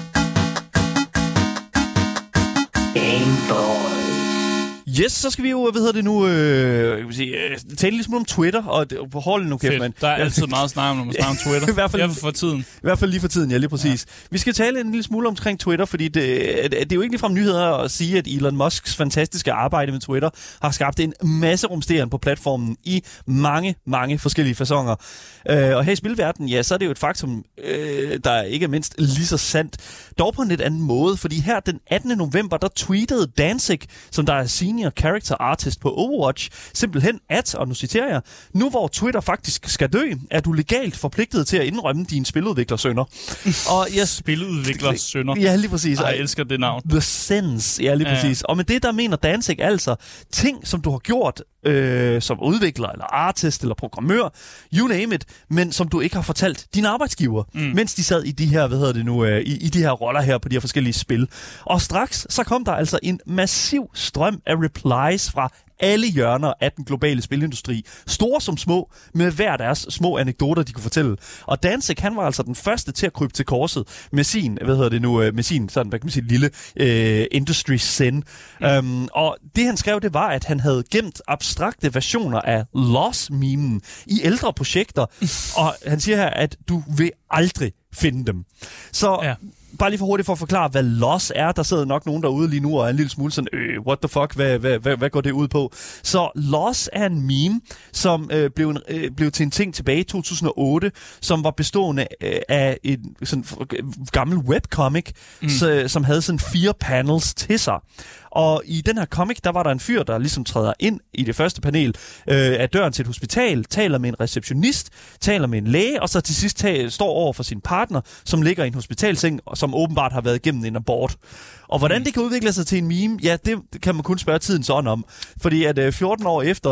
Yes, så skal vi jo, tale lidt om Twitter, og hold nu kæft, mand. Der er altid meget snak om, når man snakker om Twitter. I hvert fald lige for tiden, ja, lige præcis. Ja. Vi skal tale en lille smule omkring Twitter, fordi det er jo ikke ligefrem nyheder at sige, at Elon Musks fantastiske arbejde med Twitter har skabt en masse rumsteren på platformen i mange, mange forskellige faconer. Og her i spilverdenen, ja, så er det jo et faktum, der ikke er mindst lige så sandt. Dog på en lidt anden måde, fordi her den 18. november, der tweetede Danzig, som der er senior character artist på Overwatch, simpelthen at, og nu citerer jeg, nu hvor Twitter faktisk skal dø, er du legalt forpligtet til at indrømme dine spiludviklersønner. Og spiludviklersønner? Ja, lige præcis. Jeg elsker det navn. The Sins, ja, lige præcis. Og med det, der mener Danzig altså, ting, som du har gjort som udvikler, eller artist, eller programmør, you name it, men som du ikke har fortalt dine arbejdsgiver, mens de sad i de her, i de her roller her på de her forskellige spil. Og straks, så kom der altså en massiv strøm af replies fra alle hjørner af den globale spilindustri. Store som små, med hver deres små anekdoter, de kunne fortælle. Og Danzig, han var altså den første til at krybe til korset med sin, med sin sådan, hvad kan man sige, lille industry sin. Og det han skrev, det var, at han havde gemt abstrakte versioner af Loss-memen i ældre projekter. Og han siger her, at du vil aldrig finde dem. Så... Ja. Bare lige for hurtigt for at forklare, hvad Loss er. Der sidder nok nogen derude lige nu og er en lille smule sådan, what the fuck, hvad går det ud på? Så Loss er en meme, som blev til en ting tilbage i 2008, som var bestående af en sådan gammel webcomic, som havde sådan 4 panels til sig. Og i den her comic, der var der en fyr, der ligesom træder ind i det første panel af døren til et hospital, taler med en receptionist, taler med en læge, og så til sidst står over for sin partner, som ligger i en hospitalseng, og som åbenbart har været igennem en abort. Og hvordan det kan udvikle sig til en meme, ja, det kan man kun spørge tidens ånd om. Fordi at 14 år efter,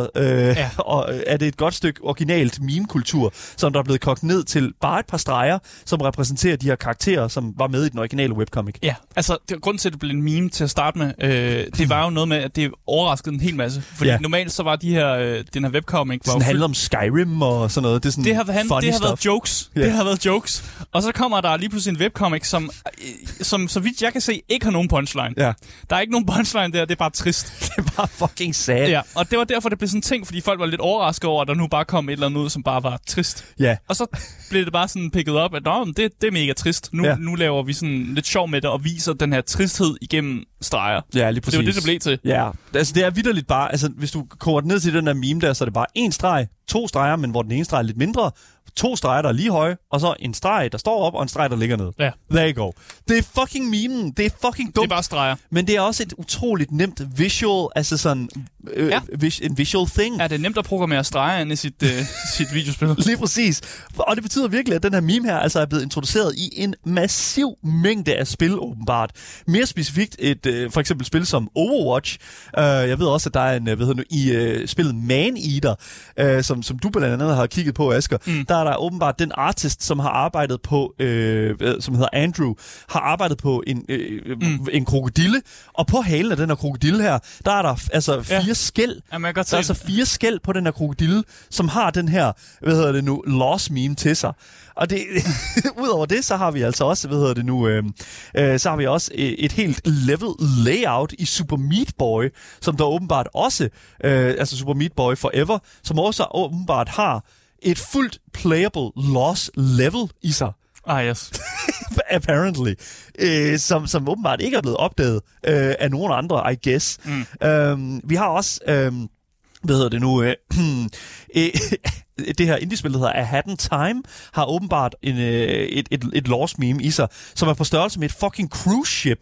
og er det et godt stykke originalt meme-kultur, som der er blevet kogt ned til bare et par streger, som repræsenterer de her karakterer, som var med i den originale webcomic. Ja, altså grunden til, at det blev en meme til at starte med, det var jo noget med, at det overraskede en hel masse. Fordi normalt så var den her webcomic... Sådan handler om Skyrim og sådan noget. Det har været jokes. Yeah. Det har været jokes. Og så kommer der lige pludselig en webcomic, som så vidt jeg kan se, ikke har nogen nogen punchline. Ja. Der er ikke nogen punchline der, det er bare trist. Det er bare fucking sad. Ja, og det var derfor, det blev sådan en ting, fordi folk var lidt overrasket over, at der nu bare kom et eller andet ud, som bare var trist. Ja. Og så blev det bare sådan picket op, at det er mega trist. Nu laver vi sådan lidt sjov med det, og viser den her tristhed igennem streger. Ja, lige præcis. Det var det blev til. Ja, altså det er vitterligt bare, altså hvis du koger ned til den der meme der, så er det bare en streg, 2 streger, men hvor den ene streg er lidt mindre, 2 streger, der er lige høje, og så en streg, der står op, og en streg, der ligger ned. Ja. There you go. Det er fucking memen. Det er fucking dumt. Det er bare streger. Men det er også et utroligt nemt visual, altså sådan en visual thing. Ja, det er nemt at programmere streger ind i sit videospil. Lige præcis. Og det betyder virkelig, at den her meme her altså er blevet introduceret i en massiv mængde af spil, åbenbart. Mere specifikt for eksempel spil som Overwatch. Jeg ved også, at der er en, i spillet Man-Eater, som du blandt andet har kigget på, Asger. Der er der åbenbart den artist, som har arbejdet på, som hedder Andrew, har arbejdet på en krokodille, og på halen af den her krokodille her, der er der altså 4 skæl. Ja, der er altså 4 skæl på den her krokodille, som har den her, loss meme til sig. Og det, udover det, så har vi altså også, så har vi også et helt level layout i Super Meat Boy, som der åbenbart også, altså Super Meat Boy Forever, som også åbenbart har et fuldt playable loss level i sig. Yes. Apparently. Som åbenbart ikke er blevet opdaget af nogen andre, I guess. Vi har også, det her indie-spil, der hedder A Hat in Time, har åbenbart et lost meme i sig, som er på størrelse med et fucking cruise ship.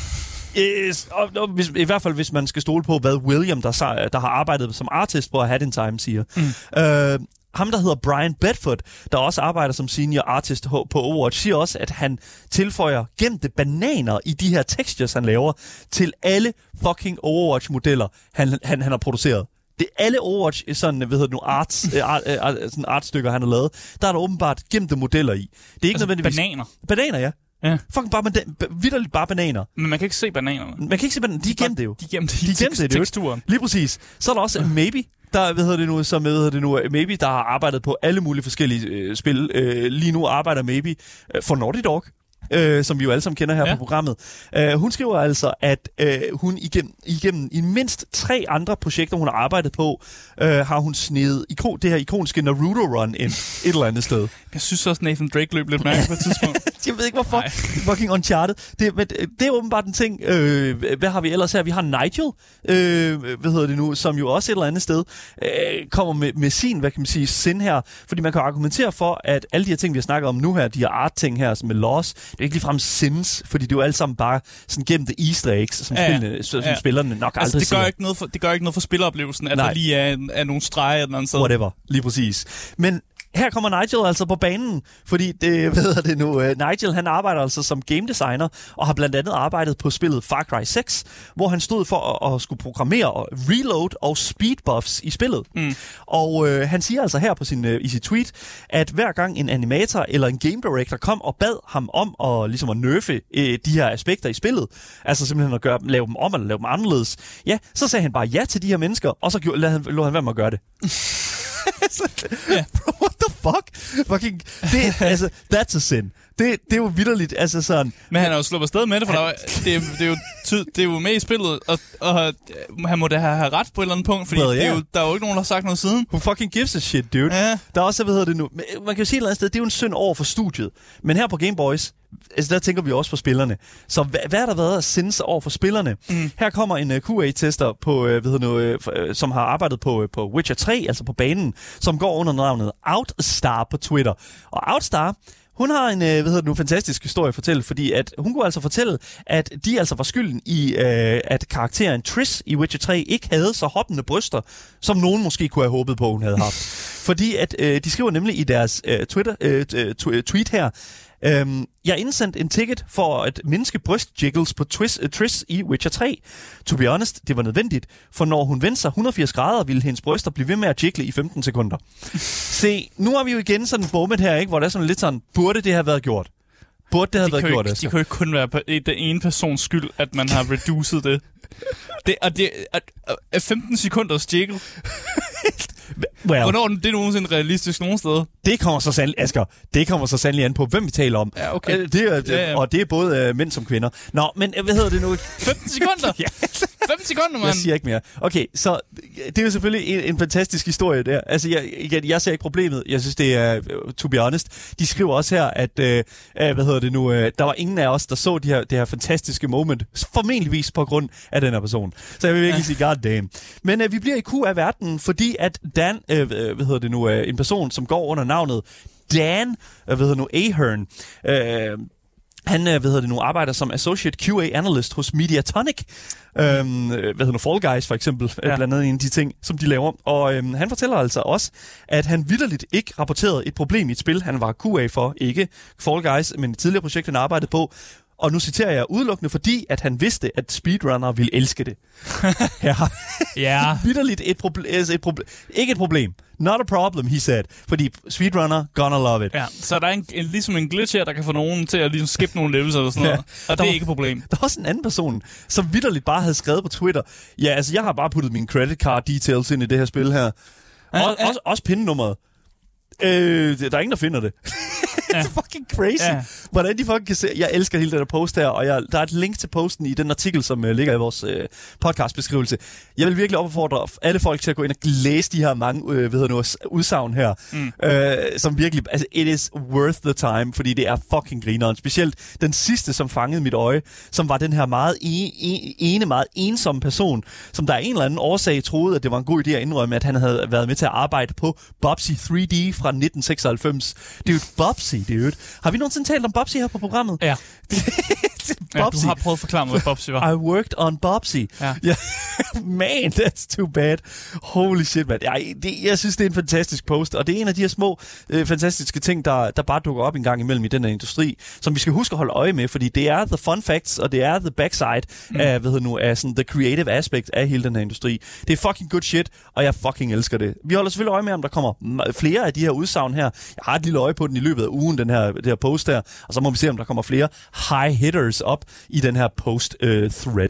I hvert fald, hvis man skal stole på, hvad William, der har arbejdet som artist på A Hat in Time, siger. Ham, der hedder Brian Bedford, der også arbejder som senior artist på Overwatch, siger også, at han tilføjer gemte bananer i de her textures, han laver, til alle fucking Overwatch-modeller, han har produceret. Det er alle Overwatch, sådan, sådan artstykker, han har lavet, der er der åbenbart gemte modeller i. Det er ikke altså nødvendigvis... Bananer? Bananer, ja. Fucking bare vitterligt bare bananer. Men man kan ikke se bananerne. Man kan ikke se bananerne. De er gemt det jo. De er gemt i teksturen. Lige præcis. Så er der også Maybe, der, Maybe, der har arbejdet på alle mulige forskellige spil. Lige nu arbejder Maybe for Naughty Dog, som vi jo alle sammen kender her på programmet. Hun skriver altså, at hun igennem i mindst 3 andre projekter, hun har arbejdet på, har hun snedet det her ikoniske Naruto-run ind et eller andet sted. Jeg synes også, Nathan Drake løb lidt mærke på et tidspunkt. Jeg ved ikke, hvorfor. Fucking Uncharted. Det er åbenbart en ting. Hvad har vi ellers her? Vi har Nigel, som jo også et eller andet sted kommer med sin, sind her. Fordi man kan argumentere for, at alle de her ting, vi har snakket om nu her, de her art-ting her, som er loss, det er ikke ligefrem sins, fordi det er jo alle sammen bare sådan gemte easter eggs, som spillerne nok aldrig ser. Det gør ikke noget for spilleroplevelsen, at der lige er nogle streger et eller andet sted. Whatever, lige præcis. Men her kommer Nigel altså på banen, fordi Nigel han arbejder altså som game designer, og har blandt andet arbejdet på spillet Far Cry 6, hvor han stod for at skulle programmere reload og speed buffs i spillet. Og han siger altså her i sit tweet, at hver gang en animator eller en game director kom og bad ham om at nerfe de her aspekter i spillet, altså simpelthen at lave dem om eller lave dem anderledes, ja, så sagde han bare ja til de her mennesker, og så lod han være med at gøre det. Bro, what the fuck? Fucking, that's a sin. Det er jo vitterligt, altså sådan. Men han har jo sluppet afsted med det, for det er jo med i spillet, og han må da have ret på et eller andet punkt, fordi der er jo ikke nogen, der har sagt noget siden. Who fucking gives a shit, dude? Ja. Der er også, man kan jo sige et eller andet sted, det er jo en synd over for studiet. Men her på Game Boys, altså der tænker vi også på spillerne. Så hvad har der været at sinds over for spillerne? Her kommer en QA-tester på, som har arbejdet på Witcher 3, altså på banen, som går under navnet Outstar på Twitter. Og Outstar, hun har en fantastisk historie at fortælle, fordi at hun kunne altså fortælle, at de altså var skylden i, at karakteren Triss i Witcher 3 ikke havde så hoppende bryster, som nogen måske kunne have håbet på, hun havde haft. Fordi at de skriver nemlig i deres tweet her, jeg indsendte en ticket for at mindske brystjiggles på Triss i Witcher 3. To be honest, det var nødvendigt, for når hun vendte sig 180 grader, ville hendes bryster blive ved med at jiggle i 15 sekunder. Se, nu har vi jo igen sådan en moment her, ikke, hvor der er sådan lidt sådan, burde det have været gjort? Burde det have været gjort? Det kan jo ikke kun være den ene persons skyld, at man har reduced det. Det er 15 sekunders jiggle. Well, hvornår det er nogensinde realistisk nogen steder? det kommer så sandelig, Asger, det kommer så sandelig an på, hvem vi taler om. Ja, okay. Og det er både mænd som kvinder. Nå, men hvad hedder det nu? 15 sekunder? Ja. 15 sekunder, mand. Jeg siger ikke mere. Okay, så det er jo selvfølgelig en fantastisk historie der. Altså, jeg ser ikke problemet. Jeg synes, det er, to be honest. De skriver også her, at, der var ingen af os, der så det her fantastiske moment. Formentligvis på grund af den her person. Så jeg vil virkelig sige, god damn. Men vi bliver i Q af verden, fordi at Dan, en person, som går under navnet Dan, Ahern, han arbejder som Associate QA Analyst hos Mediatonic. Fall Guys for eksempel, blandt andet en af de ting, som de laver. Og han fortæller altså også, at han vitterligt ikke rapporterede et problem i et spil, han var QA for, ikke Fall Guys, men et tidligere projekt, han arbejdede på. Og nu citerer jeg udelukkende, fordi at han vidste, at speedrunner ville elske det. Ja. Vitterligt ikke et problem. Not a problem, he said. Fordi speedrunner, gonna love it. Ja, så der er ligesom en glitch her, der kan få nogen til at ligesom skippe nogle levels eller sådan noget. Og det er ikke et problem. Der var også en anden person, som vitterligt bare havde skrevet på Twitter, ja, altså jeg har bare puttet mine credit card details ind i det her spil her. Også pindenummeret. Der er ingen, der finder det. It's fucking crazy. Hvordan de fucking kan se. Jeg elsker hele den der post her, og der er et link til posten i den artikel, som ligger i vores podcastbeskrivelse. Jeg vil virkelig opfordre alle folk til at gå ind og læse de her mange udsagn her, som virkelig, altså it is worth the time, fordi det er fucking grineren. Specielt den sidste, som fangede mit øje, som var den her meget meget ensomme person, som der af en eller anden årsag troede, at det var en god idé at indrømme, at han havde været med til at arbejde på Bubsy 3D fra 1996. Det er jo et Bubsy, dude. Har vi nogensinde talt om Bubsy her på programmet? Ja. Ja, du har prøvet at forklare mig, hvad Bubsy var. I worked on Bubsy. Ja. Yeah. Man, that's too bad. Holy shit, man. Jeg synes, det er en fantastisk post, og det er en af de her små, fantastiske ting, der bare dukker op en gang imellem i den her industri, som vi skal huske at holde øje med, fordi det er the fun facts, og det er the backside af, af sådan the creative aspect af hele den her industri. Det er fucking good shit, og jeg fucking elsker det. Vi holder selvfølgelig øje med, om der kommer flere af de her udsagn her. Jeg har et lille øje på den i løbet af ugen, det her post her, og så må vi se, om der kommer flere high hitters op i den her post-thread.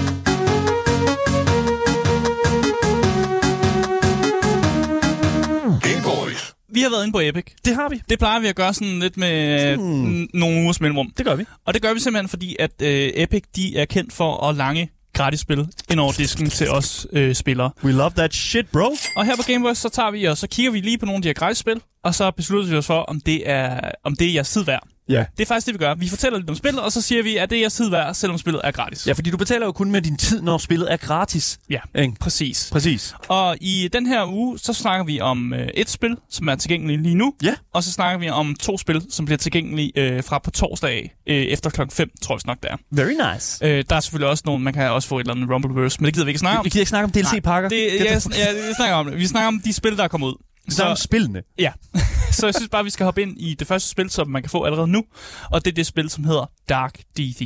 Vi har været inde på Epic. Det har vi. Det plejer vi at gøre sådan lidt med nogle ugers mellemrum. Det gør vi. Og det gør vi simpelthen, fordi at Epic, de er kendt for at lange gratis spil ind over disken til os spillere. We love that shit, bro. Og her på Gameboys, så tager vi og så kigger vi lige på nogle af de her gratis spil, og så beslutter vi os for, om det er jeres tid værd. Ja. Det er faktisk det, vi gør. Vi fortæller lidt om spillet, og så siger vi, at det er jeres tid værd, selvom spillet er gratis. Ja, fordi du betaler jo kun med din tid, når spillet er gratis. Ja, ikke? Præcis. Og i den her uge, så snakker vi om et spil, som er tilgængeligt lige nu. Ja. Og så snakker vi om 2 spil, som bliver tilgængelige fra på torsdag efter klokken 5, tror jeg nok, det er. Very nice. Der er selvfølgelig også nogle, man kan også få et eller andet Rumbleverse, men det gider vi ikke snakke om. Vi gider ikke snakke om DLC-pakker. Vi snakker om det. Vi snakker om de spil, der er kommet ud. Så om spillene. Ja. Så jeg synes bare, vi skal hoppe ind i det første spil, som man kan få allerede nu. Og det er det spil, som hedder Dark Deathy.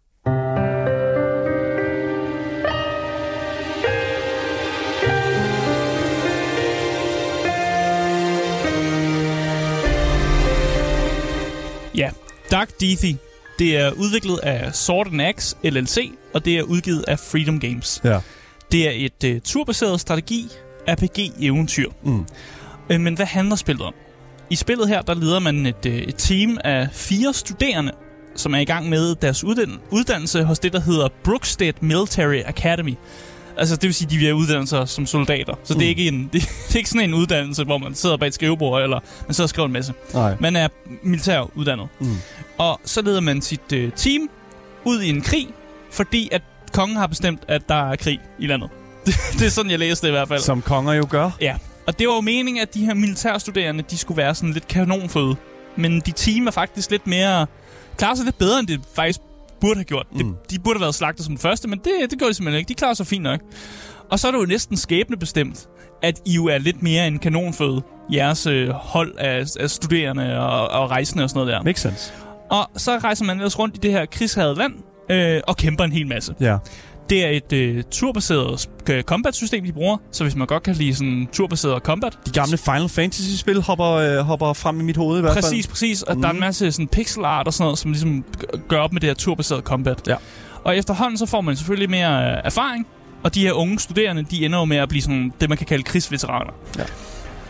Ja, Dark Deathy. Det er udviklet af Sword & Axe LLC, og det er udgivet af Freedom Games. Ja. Det er et turbaseret strategi RPG-eventyr. Men hvad handler spillet om? I spillet her, der leder man et team af 4 studerende, som er i gang med deres uddannelse hos det, der hedder Brookstead Military Academy. Altså, det vil sige, de vil uddanne sig som soldater. Så det er ikke det er ikke sådan en uddannelse, hvor man sidder bag et skrivebord, eller man sidder og skriver en masse. Nej. Man er militæruddannet. Og så leder man sit team ud i en krig, fordi at kongen har bestemt, at der er krig i landet. Det er sådan, jeg læste det i hvert fald. Som konger jo gør. Ja. Og det var jo meningen, at de her militærstuderende, de skulle være sådan lidt kanonføde. Men de team er faktisk lidt mere... klarer sig lidt bedre, end det faktisk burde have gjort. De burde have været slagtet som det første, men det gjorde de simpelthen ikke. De klarer sig fint nok. Og så er det jo næsten skæbnebestemt, at I jo er lidt mere en kanonføde. Jeres hold af studerende og rejsende og sådan noget der. Makes sense. Og så rejser man ellers rundt i det her krigshærede land og kæmper en hel masse. Ja. Det er et turbaseret combat-system, de bruger. Så hvis man godt kan lide sådan turbaseret combat... De gamle Final Fantasy-spil hopper frem i mit hoved i hvert fald. Præcis. Og der er en masse sådan pixel art og sådan noget, som ligesom gør op med det her turbaseret combat. Ja. Og efterhånden så får man selvfølgelig mere erfaring. Og de her unge studerende, de ender jo med at blive sådan det, man kan kalde krigsveteraner.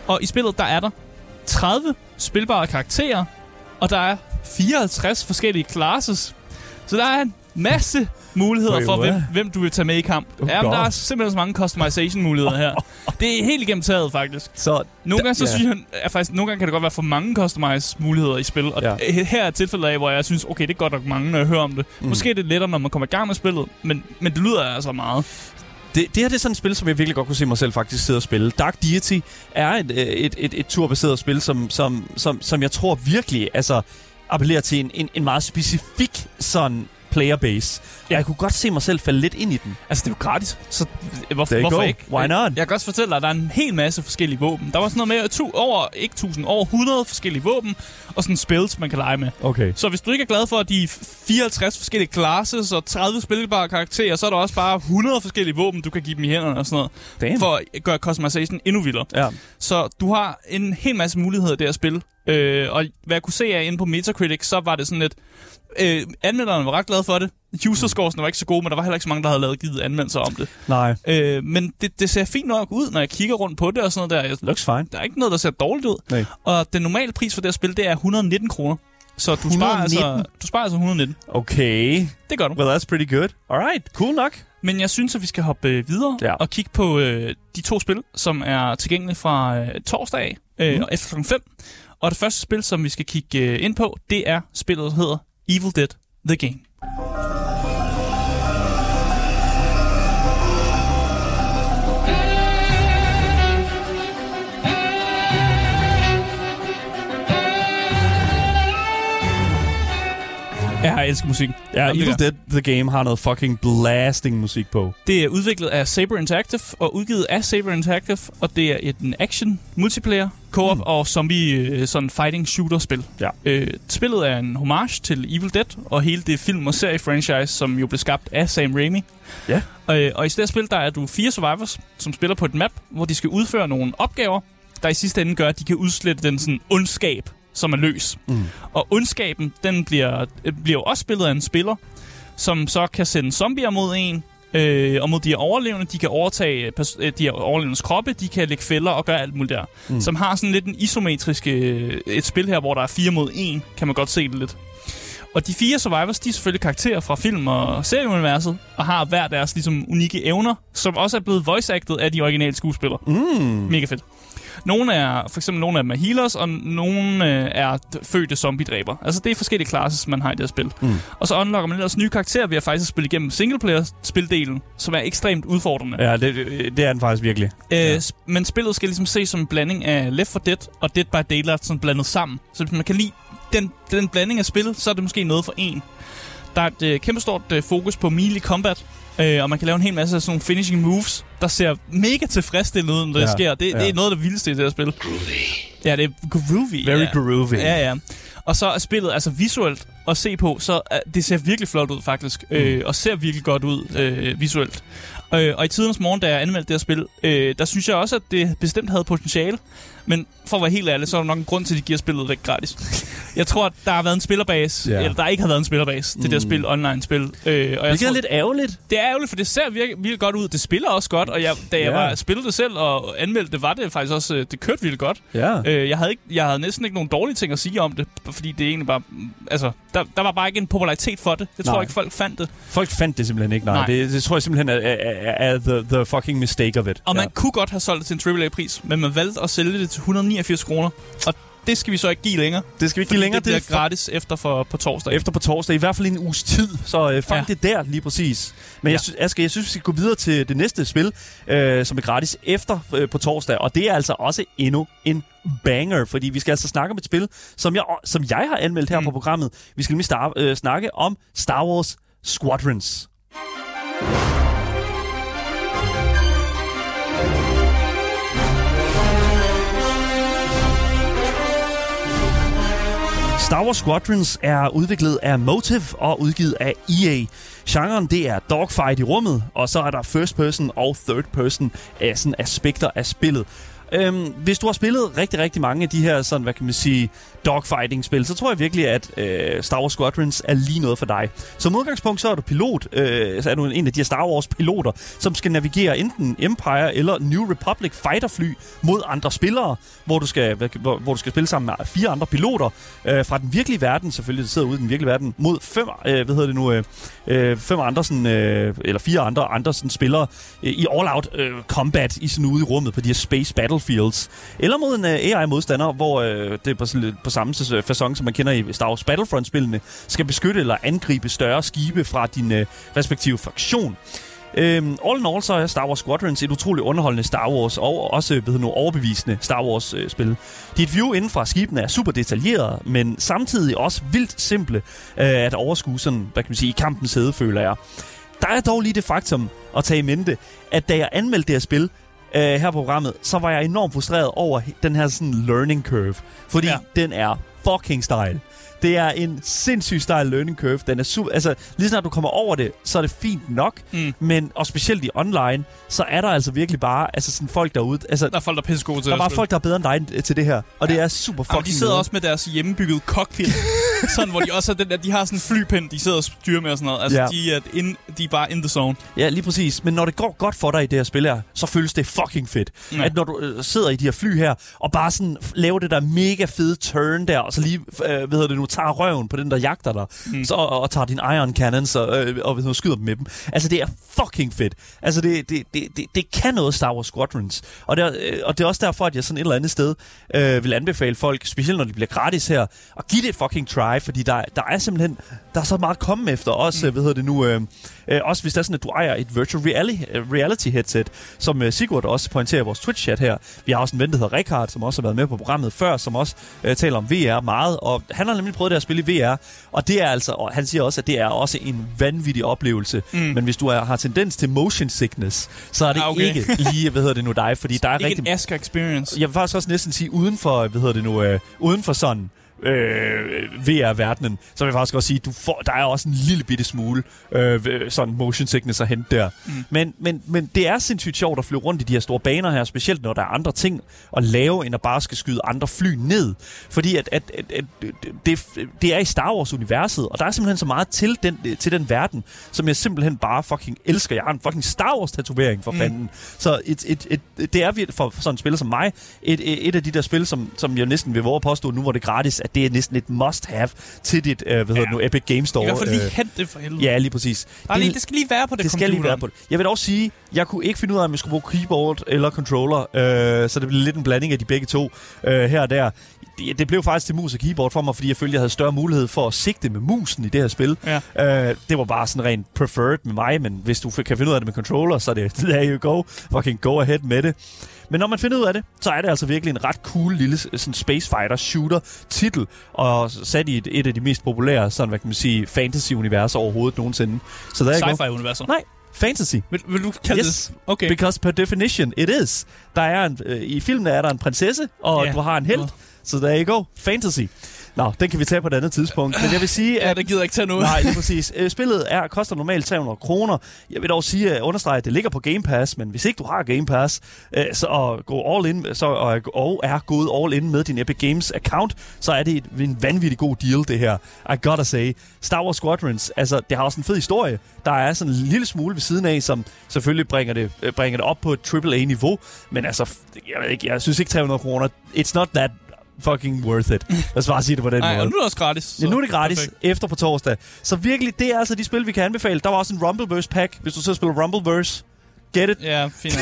Og i spillet, der er der 30 spilbare karakterer, og der er 54 forskellige classes. Så der er en masse muligheder for, hvem du vil tage med i kamp. Jamen, der er simpelthen så mange customization-muligheder her. Det er helt igennem taget, faktisk. Så nogle gange, synes jeg, at faktisk, nogle gange kan det godt være for mange customize-muligheder i spil. Og her er et tilfælde af, hvor jeg synes, okay, det er godt nok mange, når jeg hører om det. Måske er det lettere, når man kommer i gang med spillet, men det lyder altså meget. Det her det er sådan et spil, som jeg virkelig godt kunne se mig selv faktisk sidde og spille. Dark Deity er et turbaseret spil, som jeg tror virkelig appellerer til en meget specifik sådan playerbase. Ja. Jeg kunne godt se mig selv falde lidt ind i den. Altså, det er jo gratis, så hvorfor ikke? Why not? Jeg kan også fortælle dig, at der er en hel masse forskellige våben. Der var sådan noget med over 100 forskellige våben, og sådan spells, man kan lege med. Okay. Så hvis du ikke er glad for de 54 forskellige classes og 30 spilbare karakterer, så er der også bare 100 forskellige våben, du kan give dem i hænderne og sådan noget. Damn. For at gøre customization endnu vildere. Ja. Så du har en hel masse muligheder der at spille. Og hvad jeg kunne se af inde på Metacritic, så var det sådan lidt... anmelderne var ret glade for det. User-scoresene var ikke så gode, men der var heller ikke så mange, der havde givet anmeldelser om det. Nej. Men det ser fint nok ud, når jeg kigger rundt på det og sådan noget der. Looks fine. Der er ikke noget, der ser dårligt ud. Nej. Og den normale pris for det her spil, det er 119 kroner. Så du sparer altså 119. Okay. Det gør du. Well, that's pretty good. Alright, cool nok. Men jeg synes, at vi skal hoppe videre og kigge på de 2 spil, som er tilgængelige fra torsdag og efter kl. 5. Og det første spil, som vi skal kigge ind på, det er spillet, der hedder Evil Dead The Game. Jeg elsker musik. Ja, Evil Dead The Game har noget fucking blasting musik på. Det er udviklet af Saber Interactive og udgivet af Saber Interactive, og det er en action, multiplayer, co-op og zombie sådan fighting shooter spil. Ja. Spillet er en homage til Evil Dead og hele det film- og serie-franchise, som jo blev skabt af Sam Raimi. Ja. Og i det her spil, der er du 4 survivors, som spiller på et map, hvor de skal udføre nogle opgaver, der i sidste ende gør, at de kan udslette den sådan ondskab, som er løs. Og ondskaben, den bliver jo også spillet af en spiller, som så kan sende zombier mod en, og mod de her overlevende. De kan overtage de her overlevendes kroppe, de kan lægge fælder og gøre alt muligt der. Som har sådan lidt en isometrisk et spil her, hvor der er 4 mod 1, kan man godt se det lidt. Og de 4 survivors, de er selvfølgelig karakterer fra film- og serieuniverset, og har hver deres ligesom unikke evner, som også er blevet voice-acted af de originale skuespillere. Mega fedt. Nogle af dem er healers, og nogle er fødte zombie-dræber. Altså, det er forskellige classes, man har i det her spil. Og så unlocker man ellers nye karakterer ved at faktisk spille igennem singleplayer-spildelen, som er ekstremt udfordrende. Ja, det er den faktisk virkelig. Men spillet skal ligesom ses som en blanding af Left 4 Dead og Dead by Daylight sådan blandet sammen. Så hvis man kan lide den blanding af spil, så er det måske noget for en. Der er et kæmpestort fokus på melee combat, og man kan lave en hel masse af sådan nogle finishing moves, der ser mega tilfredsstillende ud, når det sker. Det er noget af det vildeste i det her spil. Groovy. Ja, det er groovy. Very groovy. Ja. Og så er spillet altså visuelt at se på, så det ser virkelig flot ud faktisk, og ser virkelig godt ud visuelt. Og i tidens morgen, da jeg anmeldte det her spil, der synes jeg også, at det bestemt havde potentiale. Men for at være helt ærlig, så er der nok en grund til, at de giver spillet væk gratis. Jeg tror, at der har været en spillerbase, eller der ikke har været en spillerbase til det her spil, online-spil. Det er lidt ærgerligt. Det er ærgerligt, for det ser virkelig godt ud. Det spiller også godt, og da jeg spillede det selv og anmeldte det, var det faktisk også, det kørte virkelig godt. Jeg havde næsten ikke nogen dårlige ting at sige om det, fordi det egentlig bare, altså, der var bare ikke en popularitet for det. Jeg tror ikke, folk fandt det. Folk fandt det simpelthen ikke, nej. Det tror jeg simpelthen er the fucking mistake of it. Og man kunne godt have solgt det til en AAA-pris, men man valgte at sælge det til 189 kroner. Og det skal vi så ikke give længere. Det skal vi ikke give længere. Det bliver gratis efter på torsdag. Efter på torsdag. I hvert fald en uges tid. Så fang det der lige præcis. Men jeg synes, vi skal gå videre til det næste spil, som er gratis efter på torsdag. Og det er altså også endnu en banger. Fordi vi skal altså snakke om et spil, som jeg har anmeldt her på programmet. Vi skal nemlig snakke om Star Wars Squadrons. Star Wars Squadrons er udviklet af Motive og udgivet af EA. Genren, det er dogfight i rummet, og så er der first person og third person sådan aspekter af spillet. Hvis du har spillet rigtig, rigtig mange af de her, sådan, hvad kan man sige, dogfighting-spil, så tror jeg virkelig, at Star Wars Squadrons er lige noget for dig. Som udgangspunkt, så er du pilot, så er du en af de her Star Wars-piloter, som skal navigere enten Empire eller New Republic fighterfly mod andre spillere, hvor du skal spille sammen med 4 andre piloter fra den virkelige verden, selvfølgelig, der sidder ude i den virkelige verden, mod 5 andre sådan, eller 4 andre sådan spillere i all-out combat i sådan ude i rummet på de her space battlefields. Eller mod en AI-modstander, hvor det er på samme facon, som man kender i Star Wars Battlefront-spillene, skal beskytte eller angribe større skibe fra din respektive fraktion. All in all, så er Star Wars Squadrons et utroligt underholdende Star Wars og også overbevisende Star Wars-spil. Dit view inden fra skibene er super detaljeret, men samtidig også vildt simple at overskue sådan, hvad kan man sige, i kampens hede, føler jeg. Der er dog lige det faktum at tage i mente, at da jeg anmeldte det her spil her på programmet, så var jeg enormt frustreret over den her sådan learning curve, fordi den er fucking style. Det er en sindssygt stejl learning curve. Den er super, altså lige snart du kommer over det, så er det fint nok, men og specielt i online, så er der altså virkelig bare altså sådan folk derude, altså der er folk der er pissegode til. Der er bare folk der er bedre end dig til det her, og det er super fucking. De sidder også med deres hjemmebyggede cockpit, sådan hvor de også har den der, de har sådan en flypind, de sidder og styrer med og sådan noget. Altså de er bare in the zone. Ja, lige præcis. Men når det går godt for dig i det her spil her, så føles det fucking fedt. At når du sidder i de her fly her og bare sådan laver det der mega fede turn der, og så lige tager røven på den, der jagter dig, så, og tager dine iron cannons og skyder dem med dem. Altså, det er fucking fedt. Altså, det kan noget Star Wars Squadrons. Og det er også derfor, at jeg sådan et eller andet sted vil anbefale folk, specielt når de bliver gratis her, at give det et fucking try, fordi der er simpelthen, der er så meget at komme efter. Også, også hvis det er sådan, at du ejer et virtual reality headset, som Sigurd også pointerer i vores Twitch-chat her. Vi har også en ven, der hedder Richard, som også har været med på programmet før, som også taler om VR meget, og han har nemlig prøvet det at spille i VR, og det er altså, og han siger også, at det er også en vanvittig oplevelse. Men hvis du har tendens til motion sickness, så er det ikke lige, dig, fordi der er ikke rigtig en Asker experience. Jeg vil faktisk også næsten sige uden for sådan VR-verdenen, så vil jeg faktisk også sige, der er også en lille bitte smule sådan motion sickness at hente der. Men det er sindssygt sjovt at flyve rundt i de her store baner her, specielt når der er andre ting at lave, end at bare skal skyde andre fly ned. Fordi at det er i Star Wars-universet, og der er simpelthen så meget til den verden, som jeg simpelthen bare fucking elsker. Jeg har en fucking Star Wars-tatovering for fanden. Så det er for sådan et spil som mig, et af de der spil, som jeg næsten vil våge at påstå nu, hvor det er gratis, at det er næsten et must-have til dit Epic Games Store. I hvert fald lige hente det for helvede. Ja, lige præcis. Det skal lige være på det skal lige være på det. Jeg vil dog sige, jeg kunne ikke finde ud af, om jeg skulle bruge keyboard eller controller, så det blev lidt en blanding af de begge to her og der. Det blev faktisk til mus og keyboard for mig, fordi jeg følte, jeg havde større mulighed for at sigte med musen i det her spil. Ja. Det var bare sådan rent preferred med mig, men hvis du kan finde ud af det med controller, så er det there you go. Fucking go ahead med det. Men når man finder ud af det, så er det altså virkelig en ret cool lille sådan space fighter shooter titel, og sat i et af de mest populære sådan, hvad kan man sige, fantasy-universer overhovedet nogensinde. Så der er sci-fi-universer? Nej, fantasy. Vil du kalde det? Okay. Because per definition it is. Der er i filmen er der en prinsesse, og du har en helt. Så there you go. Fantasy. Nå, den kan vi tage på et andet tidspunkt. Men jeg vil sige, at det gider ikke tage noget. Nej, det er præcis. Spillet koster normalt 300 kroner. Jeg vil dog sige, understrege, at det ligger på Game Pass, men hvis ikke du har Game Pass, så gå all in, og er gået all in med din Epic Games account, så er det en vanvittig god deal, det her. I gotta say. Star Wars Squadrons, altså, det har også en fed historie. Der er sådan en lille smule ved siden af, som selvfølgelig bringer det op på et AAA-niveau, men altså, jeg synes ikke 300 kroner. It's not that fucking worth it. Lad os bare sige det på den måde. Og nu er det også gratis. Ja, nu er det gratis efter på torsdag. Så virkelig, det er altså de spil, vi kan anbefale. Der var også en Rumbleverse-pack, hvis du så spiller Rumbleverse. Get it? Ja, fint.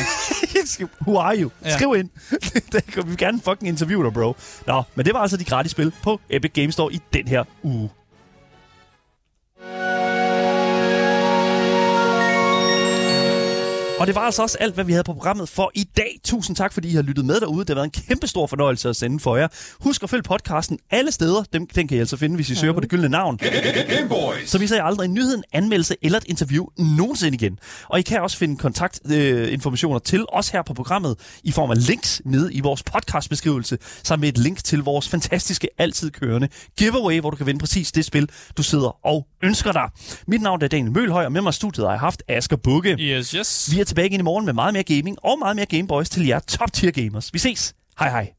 Who are you? Ja. Skriv ind. Vi vil gerne fucking interviewe dig, bro. Nå, men det var altså de gratis spil på Epic Games Store i den her uge. Og det var altså også alt, hvad vi havde på programmet for i dag. Tusind tak, fordi I har lyttet med derude. Det har været en kæmpe stor fornøjelse at sende for jer. Husk at følge podcasten alle steder. Den kan I altså finde, hvis I søger på det gyldne navn. Så misser I aldrig en nyhed, en anmeldelse eller et interview nogensinde igen. Og I kan også finde kontaktinformationer til os her på programmet i form af links nede i vores podcastbeskrivelse, sammen med et link til vores fantastiske, altid kørende giveaway, hvor du kan vinde præcis det spil, du sidder og ønsker dig. Mit navn er Daniel Mølhøj, og med mig i studiet har jeg haft Asger Bugge. Yes. Vi er tilbage igen i morgen med meget mere gaming og meget mere Gameboys til jer top tier gamers. Vi ses. Hej hej.